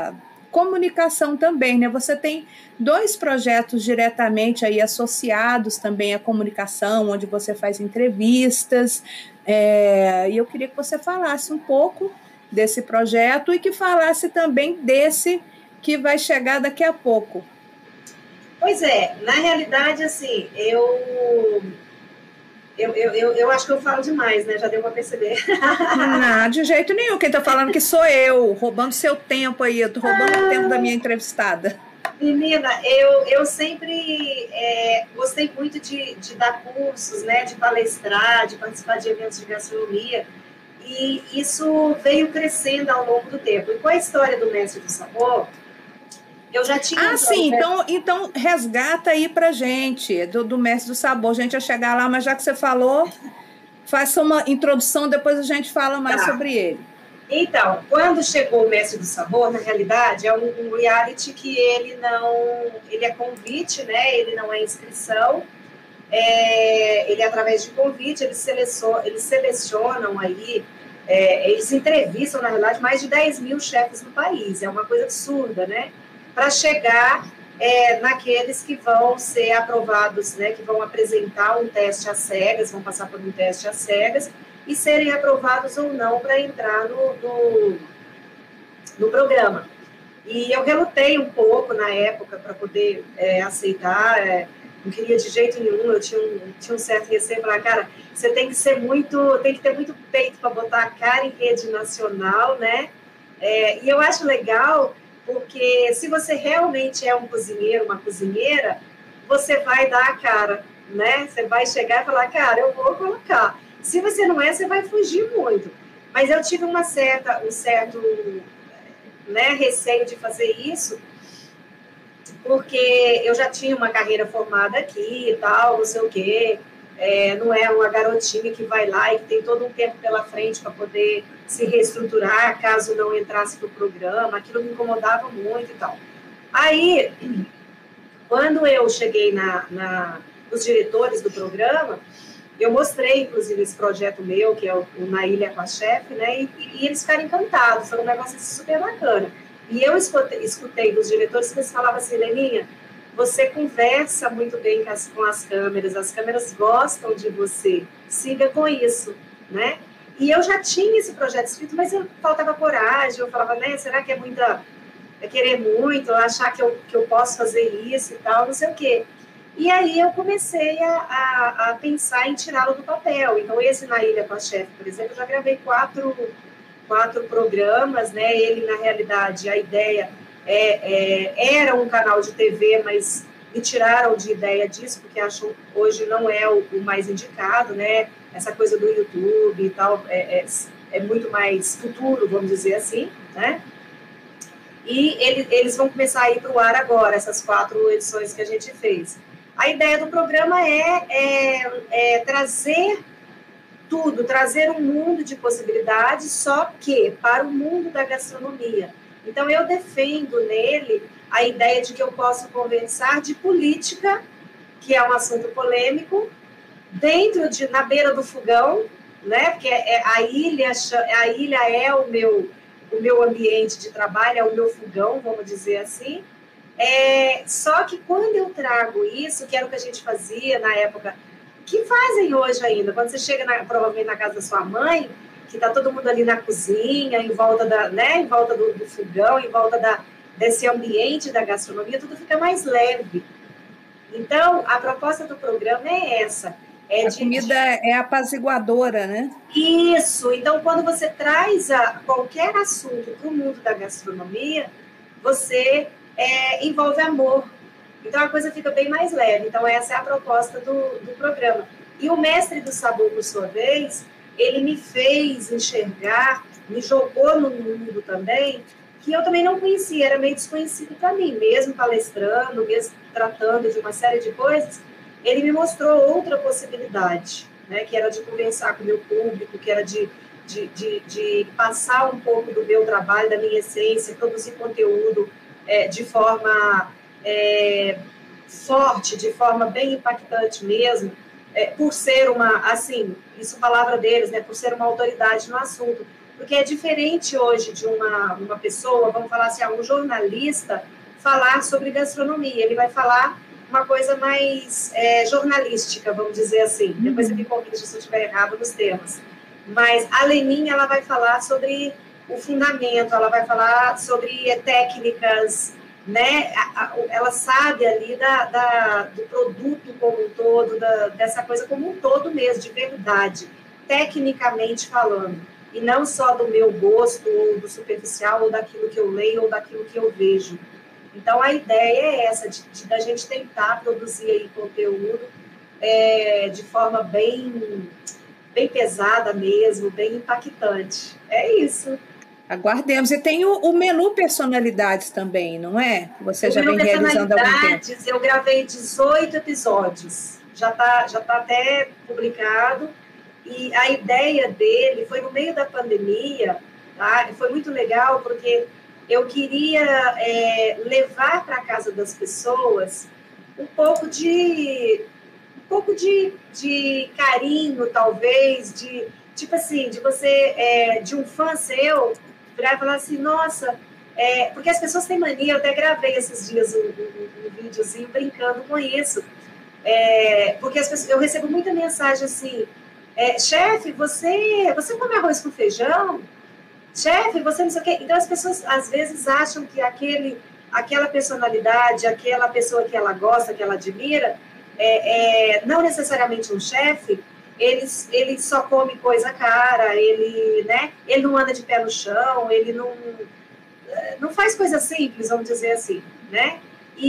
comunicação também, né? Você tem dois projetos diretamente aí associados também à comunicação, onde você faz entrevistas, é, e eu queria que você falasse um pouco desse projeto e que falasse também desse que vai chegar daqui a pouco. Pois é, na realidade, assim, eu... Eu, eu, eu, eu acho que eu falo demais, né? Já deu para perceber. Não, de jeito nenhum. Quem está falando que sou eu, roubando seu tempo aí, eu tô roubando ah, o tempo da minha entrevistada. Menina, eu, eu sempre é, gostei muito de, de dar cursos, né? De palestrar, de participar de eventos de gastronomia. E isso veio crescendo ao longo do tempo. E com a história do Mestre do Sabor, eu já tinha... Ah, um sim, então, então resgata aí pra gente, do, do Mestre do Sabor. A gente ia chegar lá, mas já que você falou, faça uma introdução, depois a gente fala mais tá. sobre ele. Então, quando chegou o Mestre do Sabor, na realidade, é um, um reality que ele não... Ele é convite, né? Ele não é inscrição. É, ele é através de convite, eles selecionam, eles selecionam aí, é, eles entrevistam, na realidade, mais de dez mil chefes no país. É uma coisa absurda, né? Para chegar é, naqueles que vão ser aprovados, né, que vão apresentar um teste às cegas, vão passar por um teste às cegas, e serem aprovados ou não para entrar no, no, no programa. E eu relutei um pouco na época para poder é, aceitar, é, não queria de jeito nenhum, eu tinha um, tinha um certo receio, falar, cara, você tem que ser muito, tem que ter muito peito para botar a cara em rede nacional, né? É, e eu acho legal... Porque se você realmente é um cozinheiro, uma cozinheira, você vai dar a cara, né? Você vai chegar e falar, cara, eu vou colocar. Se você não é, você vai fugir muito. Mas eu tive uma certa, um certo né, receio de fazer isso, porque eu já tinha uma carreira formada aqui e tal, não sei o quê. É, não é uma garotinha que vai lá e que tem todo um tempo pela frente para poder se reestruturar, caso não entrasse no programa, aquilo me incomodava muito e tal. Aí, quando eu cheguei na, na, nos diretores do programa, eu mostrei, inclusive, esse projeto meu, que é o, o Na Ilha com a Chefe, né, e, e eles ficaram encantados, foi um negócio super bacana. E eu escutei, escutei dos diretores que eles falavam assim, Leninha, você conversa muito bem com as, com as câmeras, as câmeras gostam de você, siga com isso, né? E eu já tinha esse projeto escrito, mas eu faltava coragem, eu falava, né, será que é muita, é querer muito, achar que eu, que eu posso fazer isso e tal, não sei o quê. E aí eu comecei a, a, a pensar em tirá-lo do papel. Então, esse Na Ilha com a Chefe, por exemplo, eu já gravei quatro, quatro programas, né? Ele, na realidade, a ideia... É, é, era um canal de T V, mas me tiraram de ideia disso, porque acho hoje não é o, o mais indicado, né? Essa coisa do YouTube e tal é, é, é muito mais futuro, vamos dizer assim, né? E ele, eles vão começar a ir para o ar agora, essas quatro edições que a gente fez. A ideia do programa é, é, é trazer tudo, trazer um mundo de possibilidades, só que para o mundo da gastronomia. Então, eu defendo nele a ideia de que eu posso conversar de política, que é um assunto polêmico, dentro de, na beira do fogão, né? Porque é, a, ilha, a ilha é o meu, o meu ambiente de trabalho, é o meu fogão, vamos dizer assim. É, só que quando eu trago isso, que era o que a gente fazia na época, que fazem hoje ainda, quando você chega na, provavelmente na casa da sua mãe, que está todo mundo ali na cozinha, em volta, da, né, em volta do, do fogão, em volta da, desse ambiente da gastronomia, tudo fica mais leve. Então, a proposta do programa é essa. É a de, comida de... é apaziguadora, né? Isso. Então, quando você traz a, qualquer assunto para o mundo da gastronomia, você é, envolve amor. Então, a coisa fica bem mais leve. Então, essa é a proposta do, do programa. E o Mestre do Sabor, por sua vez... ele me fez enxergar, me jogou no mundo também, que eu também não conhecia, era meio desconhecido para mim, mesmo palestrando, mesmo tratando de uma série de coisas, ele me mostrou outra possibilidade, né, que era de conversar com o meu público, que era de, de, de, de passar um pouco do meu trabalho, da minha essência, produzir conteúdo é, de forma é, forte, de forma bem impactante mesmo, É, por ser uma, assim, isso palavra deles, né, por ser uma autoridade no assunto. Porque é diferente hoje de uma, uma pessoa, vamos falar assim, um jornalista falar sobre gastronomia. Ele vai falar uma coisa mais é, jornalística, vamos dizer assim. Uhum. Depois você me corrige se eu estiver errado nos termos. Mas a Leninha, ela vai falar sobre o fundamento, ela vai falar sobre técnicas, né? Ela sabe ali da, da, do produto como um todo, da, dessa coisa como um todo mesmo, de verdade, tecnicamente falando. E não só do meu gosto, ou do superficial, ou daquilo que eu leio, ou daquilo que eu vejo. Então, a ideia é essa, de, de da gente tentar produzir aí conteúdo é, de forma bem, bem pesada mesmo, bem impactante. É isso. Aguardemos. E tem o, o menu personalidades também, não é? Você o já vem realizando há algum tempo. Eu gravei dezoito episódios. Já está já tá até publicado. E a ideia dele foi no meio da pandemia, tá? E foi muito legal, porque eu queria é, levar para a casa das pessoas um pouco de um pouco de, de carinho, talvez, de tipo assim, de você, é, de um fã seu, virar e falar assim, nossa, é, porque as pessoas têm mania, eu até gravei esses dias um, um, um videozinho brincando com isso, é, porque as pessoas, eu recebo muita mensagem assim, é, chefe, você, você come arroz com feijão? Chefe, você não sei o quê. Então, as pessoas, às vezes, acham que aquele, aquela personalidade, aquela pessoa que ela gosta, que ela admira, é, é, não necessariamente um chefe, ele, ele só come coisa cara, ele, né, ele não anda de pé no chão, ele não, não faz coisa simples, vamos dizer assim, né?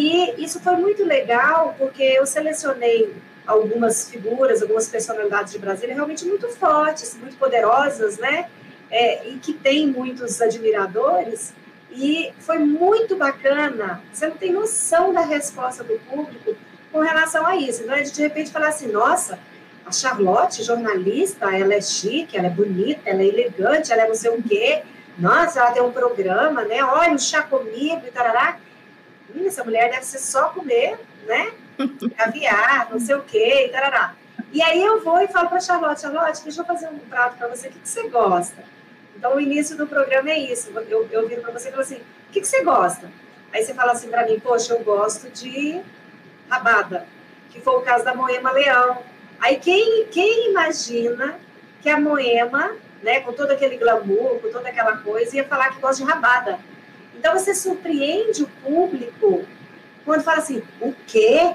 E isso foi muito legal, porque eu selecionei algumas figuras, algumas personalidades de Brasília realmente muito fortes, muito poderosas, né? É, e que tem muitos admiradores, e foi muito bacana. Você não tem noção da resposta do público com relação a isso. Então, a gente de repente falar assim, nossa, a Charlotte, jornalista, ela é chique, ela é bonita, ela é elegante, ela é não sei o quê, nossa, ela tem um programa, né? Olha, o chá comigo e tarará. Hum, essa mulher deve ser só comer, né? Caviar, não sei o quê, e tarará. E aí eu vou e falo para a Charlotte, Charlotte, deixa eu fazer um prato para você, o que, que você gosta? Então, o início do programa é isso, eu, eu viro para você e falo assim, o que, que você gosta? Aí você fala assim para mim, poxa, eu gosto de rabada, que foi o caso da Moema Leão. Aí quem, quem imagina que a Moema, né, com todo aquele glamour, com toda aquela coisa, ia falar que gosta de rabada? Então, você surpreende o público quando fala assim, o quê?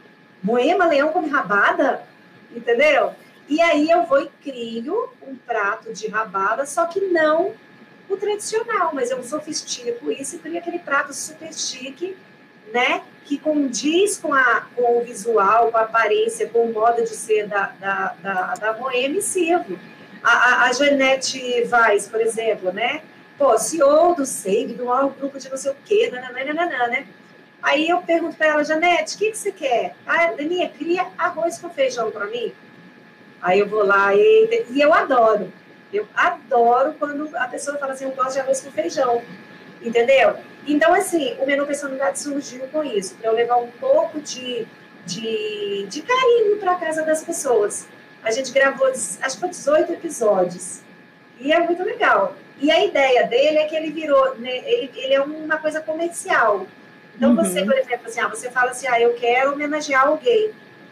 Moema Leão come rabada? Entendeu? E aí eu vou e crio um prato de rabada, só que não o tradicional, mas eu sofistico isso e crio aquele prato super chique, né? Que condiz com, a, com o visual, com a aparência, com o modo de ser da, da, da, da Moema e sirvo. A, a, a Janete Vaz, por exemplo, né? Pô, C E O do S E I B, do maior grupo de não sei o quê, nananana, né? Aí eu pergunto para ela, Janete, o que, que você quer? Ah, Daninha, cria arroz com feijão para mim. Aí eu vou lá e, e eu adoro. Eu adoro quando a pessoa fala assim, eu gosto de arroz com feijão. Entendeu? Então, assim, o menu personalidade surgiu com isso, para eu levar um pouco de, de, de carinho para a casa das pessoas. A gente gravou, acho que foi dezoito episódios. E é muito legal. E a ideia dele é que ele virou, né, ele, ele é uma coisa comercial. Então, uhum. você, por exemplo, assim, ah, você fala assim, ah, eu quero homenagear alguém,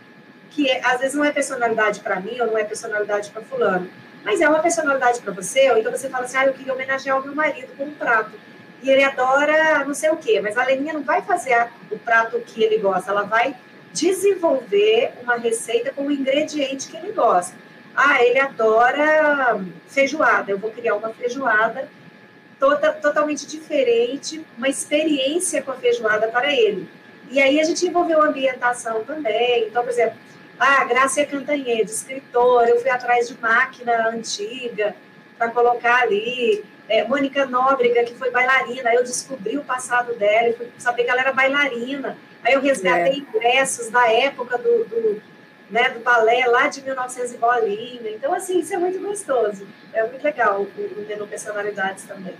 que é, às vezes não é personalidade para mim, ou não é personalidade para fulano, mas é uma personalidade para você, ou então você fala assim, ah, eu queria homenagear o meu marido com um prato, e ele adora não sei o quê, mas a Leninha não vai fazer a, o prato que ele gosta, ela vai desenvolver uma receita com o ingrediente que ele gosta. Ah, ele adora feijoada, eu vou criar uma feijoada Toda, totalmente diferente, uma experiência com a feijoada para ele. E aí a gente envolveu a ambientação também. Então, por exemplo, ah, Grácia Cantanhede, escritora, eu fui atrás de máquina antiga para colocar ali. É, Mônica Nóbrega, que foi bailarina, eu descobri o passado dela, eu fui saber que ela era bailarina. Aí eu resgatei é. ingressos da época do, do, né, do balé, lá de mil e novecentos e bolinha. Então, assim, isso é muito gostoso. É muito legal o, o menu personalidades também.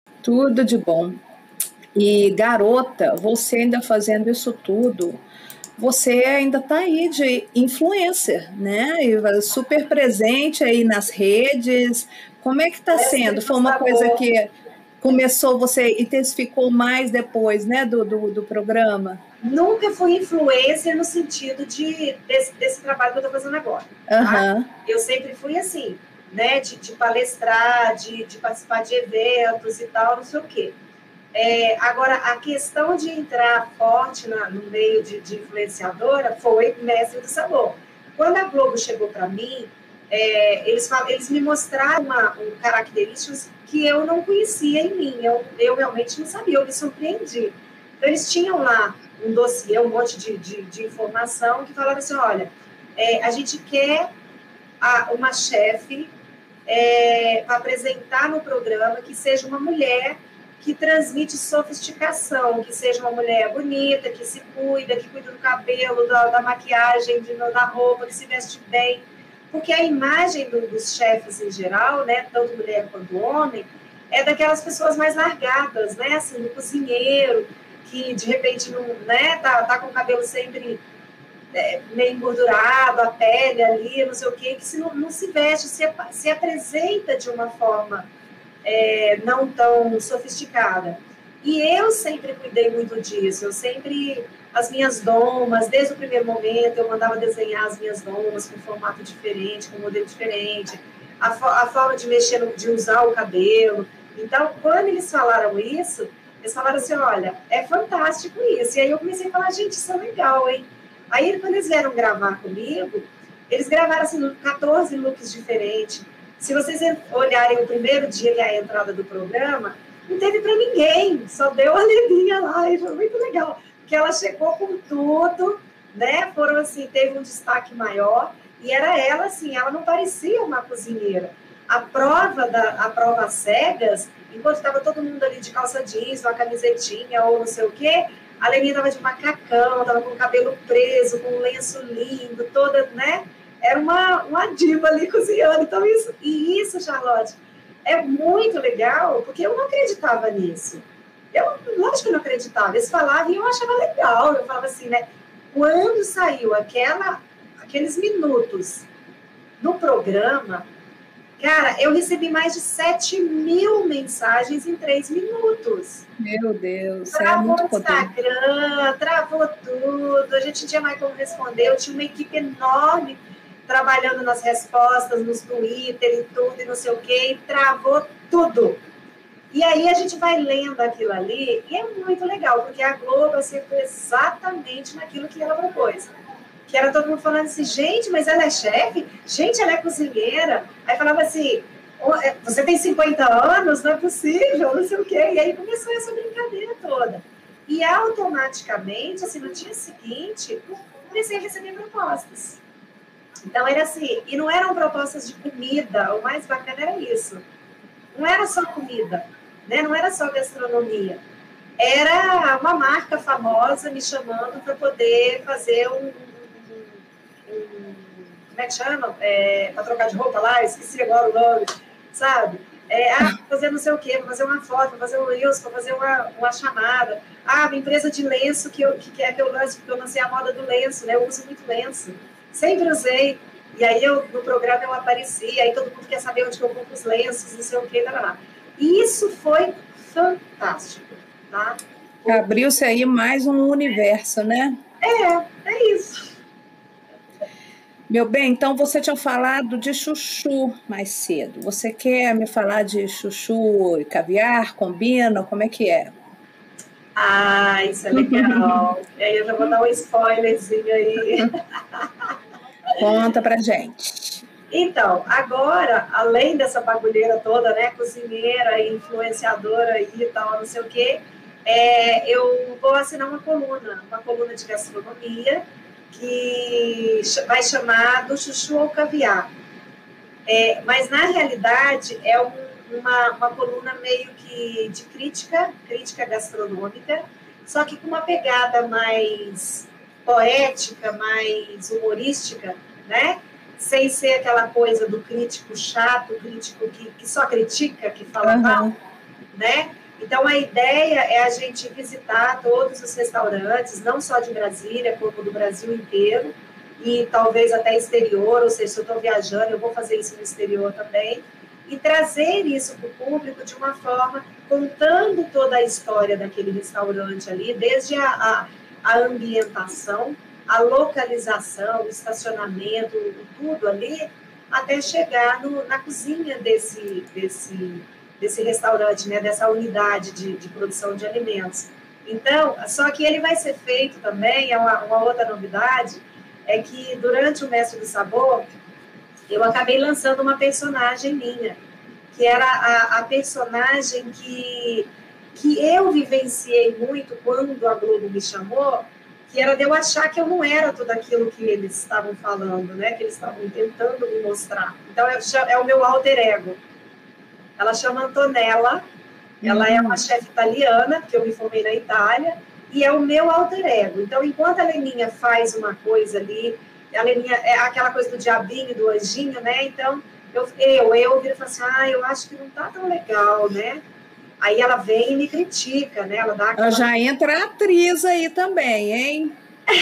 Tudo de bom. E, garota, você ainda fazendo isso tudo, você ainda está aí de influencer, né? E super presente aí nas redes. Como é que está sendo? Foi uma coisa que começou, você intensificou mais depois, né, do, do, do programa? Nunca fui influencer no sentido de, desse, desse trabalho que eu estou fazendo agora. Tá? Uhum. Eu sempre fui assim, né, de, de palestrar, de, de participar de eventos e tal, não sei o quê. É, agora, a questão de entrar forte na, no meio de, de influenciadora foi Mestre do Sabor. Quando a Globo chegou para mim, é, eles, eles me mostraram uma, um, características que eu não conhecia em mim, eu, eu realmente não sabia, eu me surpreendi. Então, eles tinham lá um dossiê, um monte de, de, de informação que falava assim, olha, é, a gente quer a, uma chefe é, para apresentar no programa que seja uma mulher que transmite sofisticação, que seja uma mulher bonita, que se cuida, que cuida do cabelo, da, da maquiagem, de, da roupa, que se veste bem. Porque a imagem do, dos chefes em geral, né, tanto mulher quanto homem, é daquelas pessoas mais largadas, né, assim, do cozinheiro, que de repente não, né, tá, tá com o cabelo sempre é, meio engordurado, a pele ali, não sei o quê, que se não, não se veste, se, se apresenta de uma forma é, não tão sofisticada. E eu sempre cuidei muito disso, eu sempre, as minhas domas, desde o primeiro momento, eu mandava desenhar as minhas domas com formato diferente, com modelo diferente, a, a forma de mexer, no, de usar o cabelo. Então, quando eles falaram isso, eles falaram assim, olha, é fantástico isso. E aí eu comecei a falar, gente, isso é legal, hein? Aí, quando eles vieram gravar comigo, eles gravaram, assim, quatorze looks diferentes. Se vocês olharem o primeiro dia, que é a entrada do programa, não teve para ninguém, só deu a Leninha lá, e foi muito legal, porque ela chegou com tudo, né, foram assim, teve um destaque maior, e era ela, assim, ela não parecia uma cozinheira. A prova, da, a prova cegas, enquanto estava todo mundo ali de calça jeans, uma camisetinha ou não sei o quê, a Leninha estava de macacão, estava com o cabelo preso, com um lenço lindo, toda, né, era uma, uma diva ali cozinhando. Então, isso, e isso, Charlotte, é muito legal, porque eu não acreditava nisso. Eu, lógico que eu não acreditava. Eles falavam e eu achava legal. Eu falava assim, né? Quando saiu aquela, aqueles minutos no programa, cara, eu recebi mais de sete mil mensagens em três minutos. Meu Deus, travou é o Instagram, travou tudo, a gente não tinha mais como responder, eu tinha uma equipe enorme trabalhando nas respostas, nos Twitter e tudo, e não sei o quê, e travou tudo. E aí a gente vai lendo aquilo ali, e é muito legal, porque a Globo acertou exatamente naquilo que ela propôs. Que era todo mundo falando assim, gente, mas ela é chefe? Gente, ela é cozinheira? Aí falava assim, você tem cinquenta anos? Não é possível, não sei o quê. E aí começou essa brincadeira toda. E automaticamente, assim, no dia seguinte, comecei a receber propostas. Então, era assim, e não eram propostas de comida, o mais bacana era isso. Não era só comida, né? Não era só gastronomia. Era uma marca famosa me chamando para poder fazer um, um, um, como é que chama? É, para trocar de roupa lá, esqueci agora o nome, sabe? É, ah, fazer não sei o quê, para fazer uma foto, para fazer um reels, para fazer uma, uma chamada. Ah, uma empresa de lenço que, eu, que quer que eu lance, porque eu lancei a moda do lenço, né? Eu uso muito lenço. Sempre usei. E aí, eu, no programa, eu apareci, aí todo mundo quer saber onde que eu compro os lenços, não sei o quê, lá, lá. E isso foi fantástico, tá? Abriu-se aí mais um universo, né? É, é isso. Meu bem, então você tinha falado de chuchu mais cedo. Você quer me falar de chuchu e caviar? Combina? Como é que é? Ah, isso é legal. E aí eu já vou dar um spoilerzinho aí. Conta pra gente. Então, agora, além dessa bagulheira toda, né, cozinheira, influenciadora e tal, não sei o quê, é, eu vou assinar uma coluna, uma coluna de gastronomia, que vai chamar do chuchu ao caviar. É, mas, na realidade, é um, uma, uma coluna meio que de crítica, crítica gastronômica, só que com uma pegada mais poética, mais humorística, né? Sem ser aquela coisa do crítico chato, crítico que, que só critica, que fala Uhum. mal, né? Então, a ideia é a gente visitar todos os restaurantes, não só de Brasília, como do Brasil inteiro, e talvez até exterior, ou seja, se eu estou viajando, eu vou fazer isso no exterior também, e trazer isso para o público de uma forma, contando toda a história daquele restaurante ali, desde a, a, a ambientação, a localização, o estacionamento, tudo ali, até chegar no, na cozinha desse, desse, desse restaurante, né, dessa unidade de, de produção de alimentos. Então, só que ele vai ser feito também, é uma, uma outra novidade, é que durante o Mestre do Sabor, eu acabei lançando uma personagem minha, que era a, a personagem que, que eu vivenciei muito quando a Globo me chamou, que era de eu achar que eu não era tudo aquilo que eles estavam falando, né? Que eles estavam tentando me mostrar. Então, é, é o meu alter ego. Ela chama Antonella, ela uhum. é uma chefe italiana, que eu me formei na Itália, e é o meu alter ego. Então, enquanto a Leninha faz uma coisa ali, a Leninha é aquela coisa do diabinho, do anjinho, né? Então, eu, eu, eu viro e falo assim, ah, eu acho que não tá tão legal, né? Aí ela vem e me critica, né? Ela dá aquela... Já entra a atriz aí também, hein?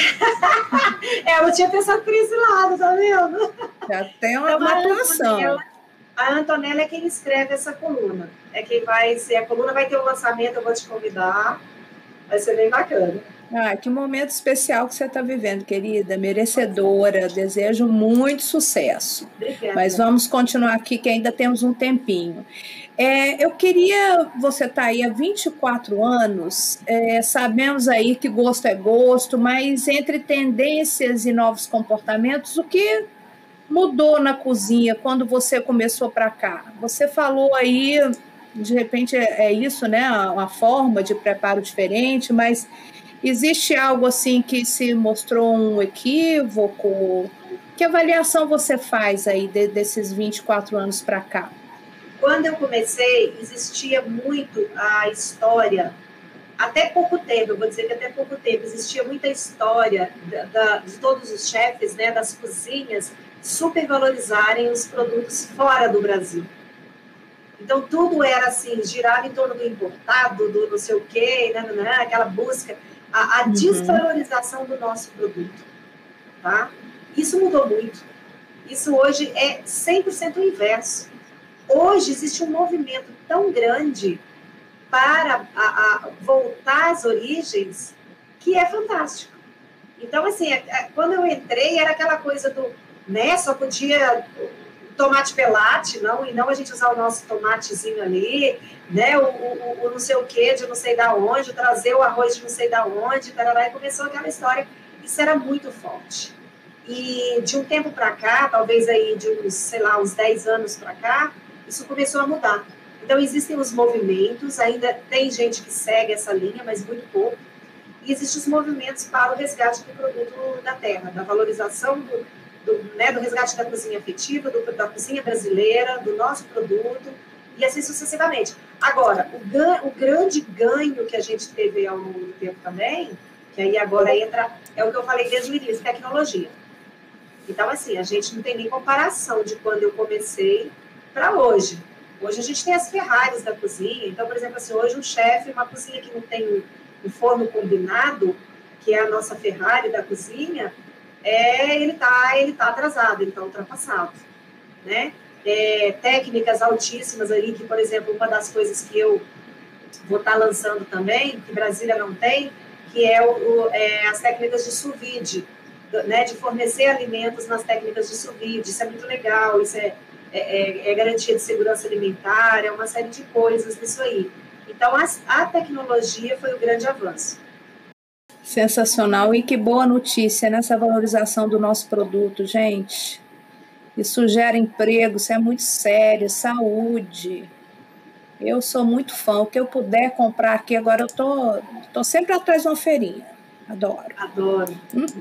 É, eu não tinha pensado por esse lado, tá vendo? Já tem uma, então, uma atuação. Antonella, a Antonella é quem escreve essa coluna. É quem vai ser, a coluna vai ter um lançamento, eu vou te convidar. Vai ser bem bacana. Ah, que momento especial que você está vivendo, querida, merecedora, desejo muito sucesso. Obrigada. Mas vamos continuar aqui, que ainda temos um tempinho. É, eu queria, você está aí há vinte e quatro anos, é, sabemos aí que gosto é gosto, mas entre tendências e novos comportamentos, o que mudou na cozinha quando você começou para cá? Você falou aí, de repente é, é isso, né, uma forma de preparo diferente, mas... existe algo assim que se mostrou um equívoco? Que avaliação você faz aí de, desses vinte e quatro anos para cá? Quando eu comecei, existia muito a história, até pouco tempo, eu vou dizer que até pouco tempo, existia muita história da, da, de todos os chefes, né, das cozinhas, supervalorizarem os produtos fora do Brasil. Então, tudo era assim, girava em torno do importado, do não sei o quê, né, né, aquela busca... a, a uhum. desvalorização do nosso produto, tá? Isso mudou muito. Isso hoje é cem por cento o inverso. Hoje existe um movimento tão grande para a, a voltar às origens que é fantástico. Então, assim, é, é, quando eu entrei, era aquela coisa do, né, só podia... tomate pelate, não, e não a gente usar o nosso tomatezinho ali, né, o, o, o não sei o que, de não sei da onde, trazer o arroz de não sei da onde, tarará, e começou aquela história, isso era muito forte. E de um tempo para cá, talvez aí de uns, sei lá, uns dez anos para cá, isso começou a mudar. Então, existem os movimentos, ainda tem gente que segue essa linha, mas muito pouco, e existem os movimentos para o resgate do produto da terra, da valorização do Do, né, do resgate da cozinha afetiva, do, da cozinha brasileira, do nosso produto, e assim sucessivamente. Agora, o, gan, o grande ganho que a gente teve ao longo do tempo também, que aí agora entra, é o que eu falei desde o início, tecnologia. Então, assim, a gente não tem nem comparação de quando eu comecei para hoje. Hoje a gente tem as Ferraris da cozinha, então, por exemplo, assim, hoje um chefe, uma cozinha que não tem um forno combinado, que é a nossa Ferrari da cozinha, É, ele está ele tá atrasado, ele está ultrapassado, né? É, técnicas altíssimas ali, que, por exemplo, uma das coisas que eu vou estar tá lançando também, que Brasília não tem, que é, o, o, é as técnicas de sous vide, né? De fornecer alimentos nas técnicas de sous vide, isso é muito legal, isso é, é, é garantia de segurança alimentar, é uma série de coisas nisso aí. Então, a, a tecnologia foi o grande avanço. Sensacional, e que boa notícia nessa valorização do nosso produto, gente. Isso gera emprego, isso é muito sério, saúde. Eu sou muito fã, o que eu puder comprar aqui, agora eu tô, tô sempre atrás de uma feirinha, adoro. Adoro.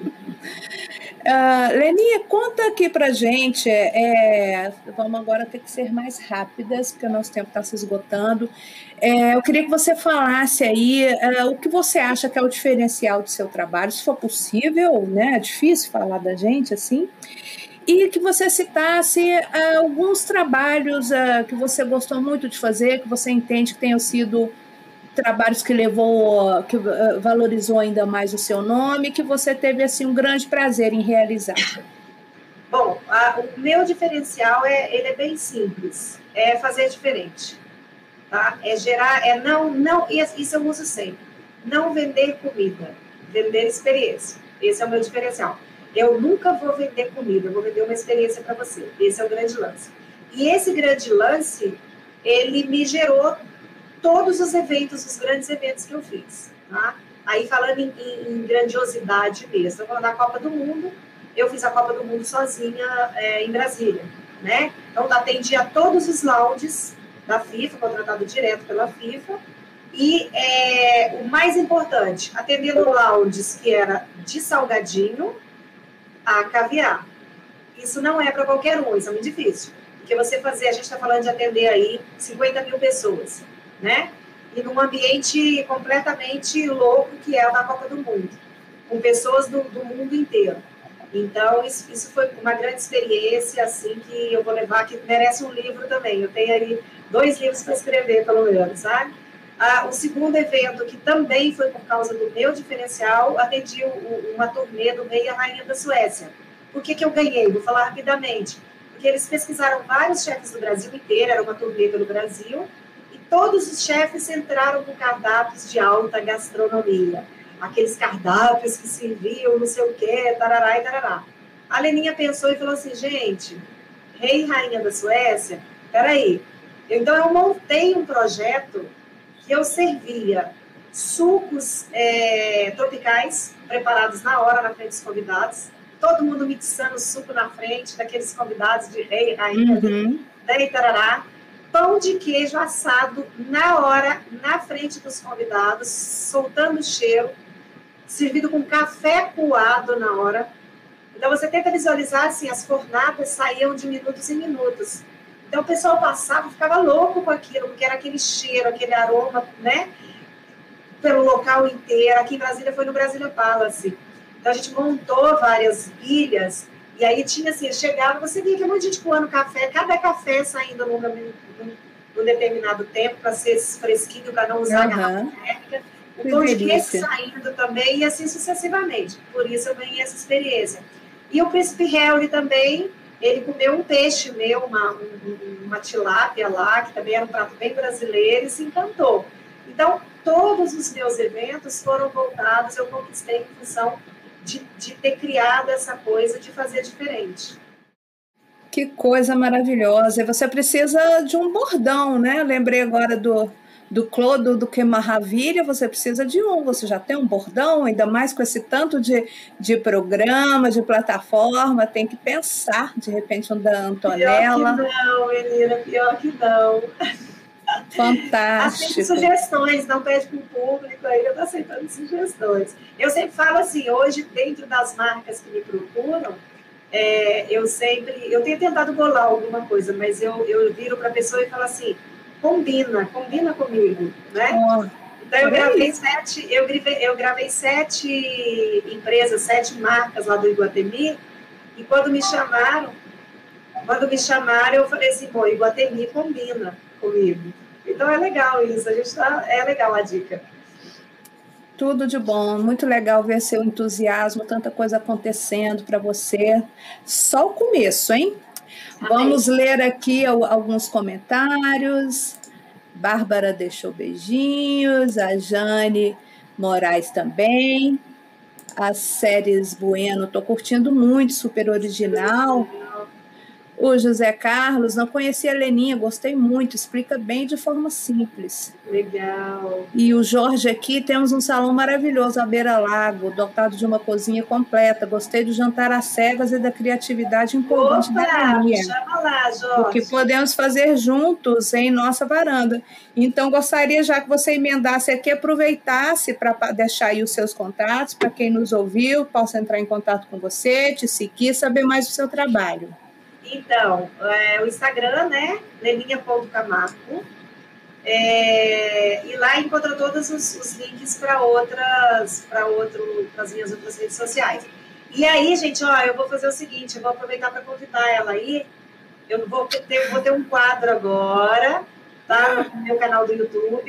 Uh, Leninha, conta aqui pra gente, é, vamos agora ter que ser mais rápidas, porque o nosso tempo está se esgotando. É, eu queria que você falasse aí uh, o que você acha que é o diferencial do seu trabalho, se for possível, né? É difícil falar da gente assim. E que você citasse uh, alguns trabalhos uh, que você gostou muito de fazer, que você entende que tenham sido trabalhos que levou, que valorizou ainda mais o seu nome, que você teve assim um grande prazer em realizar? Bom, a, o meu diferencial é, ele é bem simples, é fazer diferente, tá? É gerar, é não, não, isso eu uso sempre, não vender comida, vender experiência. Esse é o meu diferencial. Eu nunca vou vender comida, eu vou vender uma experiência para você. Esse é o grande lance. E esse grande lance, ele me gerou todos os eventos, os grandes eventos que eu fiz, tá? Aí falando em, em, em grandiosidade mesmo, falando da Copa do Mundo, eu fiz a Copa do Mundo sozinha é, em Brasília, né? Então atendia todos os lounges da FIFA, contratado direto pela FIFA, e é, o mais importante, atendendo lounges que era de salgadinho a caviar. Isso não é para qualquer um, isso é muito difícil. Porque você fazer, a gente está falando de atender aí cinquenta mil pessoas, né? E num ambiente completamente louco que é o da Copa do Mundo, com pessoas do, do mundo inteiro. Então, isso, isso foi uma grande experiência, assim, que eu vou levar, que merece um livro também. Eu tenho aí dois livros para escrever, pelo menos, sabe? Ah, o segundo evento, que também foi por causa do meu diferencial, atendi o, o, uma turnê do Rei e a Rainha da Suécia. Por que que eu ganhei? Vou falar rapidamente. Porque eles pesquisaram vários chefes do Brasil inteiro, era uma turnê pelo Brasil, e todos os chefes entraram com cardápios de alta gastronomia. Aqueles cardápios que serviam não sei o quê, tarará e tarará. A Leninha pensou e falou assim, gente, Rei e Rainha da Suécia, peraí. Então eu montei um projeto que eu servia sucos é, tropicais, preparados na hora, na frente dos convidados, todo mundo mixando suco na frente daqueles convidados de Rei e Rainha, Uhum. daí tarará, pão de queijo assado na hora, na frente dos convidados, soltando o cheiro, servido com café coado na hora. Então, você tenta visualizar, assim, as fornadas saíam de minutos em minutos. Então, o pessoal passava e ficava louco com aquilo, porque era aquele cheiro, aquele aroma, né? Pelo local inteiro. Aqui em Brasília foi no Brasília Palace. Então, a gente montou várias ilhas, e aí tinha, assim, chegava, você via que um monte de gente coando café, cada café saindo num, num, num determinado tempo, para ser fresquinho, para não usar Uhum. a garrafa térmica. O Que pão de queijo delícia. saindo também, e assim sucessivamente. Por isso eu ganhei essa experiência. E o príncipe Harry também, ele comeu um peixe meu, uma, um, uma tilápia lá, que também era um prato bem brasileiro, e se encantou. Então, todos os meus eventos foram voltados, eu conquistei em função de, de ter criado essa coisa de fazer diferente. Que coisa maravilhosa. E você precisa de um bordão, né? Eu lembrei agora do, do Clodo, do Que Maravilha, você precisa de um. Você já tem um bordão, ainda mais com esse tanto de, de programa, de plataforma, tem que pensar, de repente, um da Antonella. Pior que não, menina, pior que não. Fantástico. Aceito sugestões, não pede para o público, aí eu estou aceitando sugestões. Eu sempre falo assim, hoje, dentro das marcas que me procuram, é, eu sempre, eu tenho tentado bolar alguma coisa, mas eu, eu viro para a pessoa e falo assim, combina, combina comigo, né? Oh, então eu é gravei isso. sete, eu gravei, eu gravei sete empresas, sete marcas lá do Iguatemi, e quando me chamaram, quando me chamaram, eu falei assim, bom, Iguatemi combina comigo. Então é legal isso, a gente tá, é legal a dica. Tudo de bom, muito legal ver seu entusiasmo, tanta coisa acontecendo para você. Só o começo, hein? Amém. Vamos ler aqui alguns comentários. Bárbara deixou beijinhos, a Jane Moraes também. As séries Bueno, estou curtindo muito, super original. O José Carlos, não conhecia a Leninha, gostei muito, explica bem de forma simples. Legal. E o Jorge aqui, temos um salão maravilhoso à beira-lago, dotado de uma cozinha completa. Gostei do jantar às cegas e da criatividade empolgante Opa, da Leninha. chama lá, Jorge. O que podemos fazer juntos em nossa varanda. Então, gostaria já que você emendasse aqui, aproveitasse para deixar aí os seus contatos, para quem nos ouviu, possa entrar em contato com você, te seguir, saber mais do seu trabalho. Então, é, o Instagram, né, leninha ponto camargo, é, e lá encontra todos os, os links para outras, para outro, as minhas outras redes sociais. E aí, gente, ó, eu vou fazer o seguinte, eu vou aproveitar para convidar ela aí, eu vou ter, vou ter um quadro agora, tá, no meu canal do YouTube,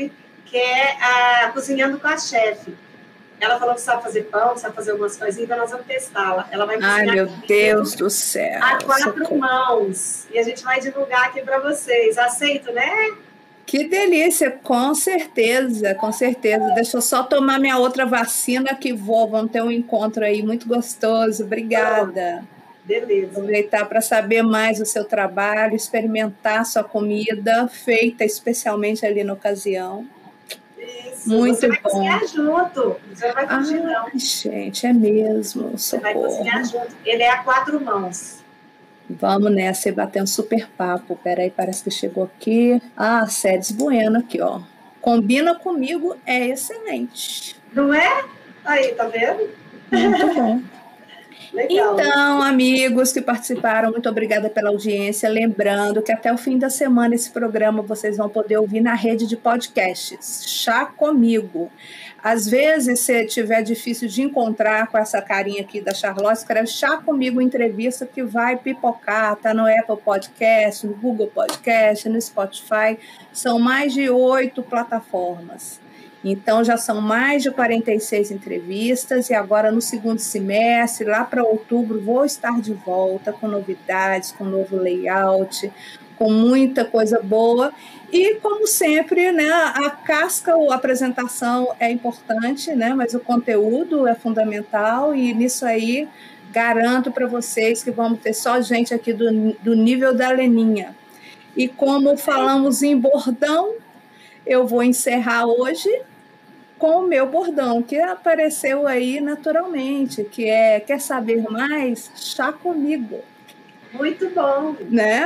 que é a Cozinhando com a Chefe. Ela falou que sabe fazer pão, sabe fazer algumas coisinhas, então nós vamos testá-la. Ela vai cozinhar. Ai, meu Deus do céu. A quatro socorro. mãos. E a gente vai divulgar aqui para vocês. Aceito, né? Que delícia, com certeza, com certeza. Deixa eu só tomar minha outra vacina que vou. Vamos ter um encontro aí muito gostoso. Obrigada. Beleza. Aproveitar para saber mais do seu trabalho, experimentar sua comida, feita especialmente ali na ocasião. Isso. Muito você vai bom. cozinhar junto. Você não vai fugir, ah, não. Gente, é mesmo. Você vai Socorro. cozinhar junto. Ele é a quatro mãos. Vamos nessa e bater um super papo. Peraí, parece que chegou aqui. Ah, Séries Bueno aqui, ó. Combina comigo, é excelente. Não é? Aí, tá vendo? Muito bom. Legal. Então, amigos que participaram, muito obrigada pela audiência. Lembrando que até o fim da semana esse programa vocês vão poder ouvir na rede de podcasts. Chá Comigo. Às vezes, se tiver difícil de encontrar com essa carinha aqui da Charlotte, escreve Chá Comigo Entrevista, que vai pipocar. Tá no Apple Podcast, no Google Podcast, no Spotify. São mais de oito plataformas. Então, já são mais de quarenta e seis entrevistas e agora no segundo semestre, lá para outubro, vou estar de volta com novidades, com novo layout, com muita coisa boa. E, como sempre, né, a casca, a apresentação é importante, né, mas o conteúdo é fundamental e nisso aí garanto para vocês que vamos ter só gente aqui do, do nível da Leninha. E como falamos em bordão, eu vou encerrar hoje com o meu bordão, que apareceu aí naturalmente, que é, quer saber mais? Chá comigo. Muito bom. Né?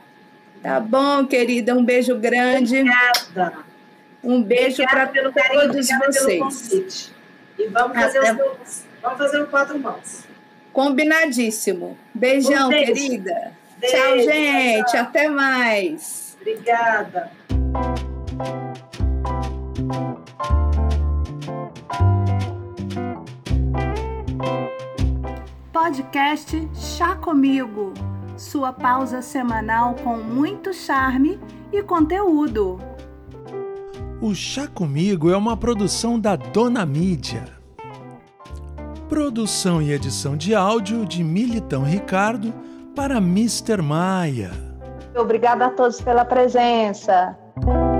Tá bom, querida, um beijo grande. Obrigada. Um beijo para todos vocês. E vamos fazer, Até... os, vamos fazer o quatro mãos. Combinadíssimo. Beijão, um beijo. Querida. Beijo. Tchau, gente. Tchau. Até mais. Obrigada. Podcast Chá Comigo, sua pausa semanal com muito charme e conteúdo. O Chá Comigo é uma produção da Dona Mídia. Produção e edição de áudio de Militão Ricardo para mister Maia. Obrigada a todos pela presença.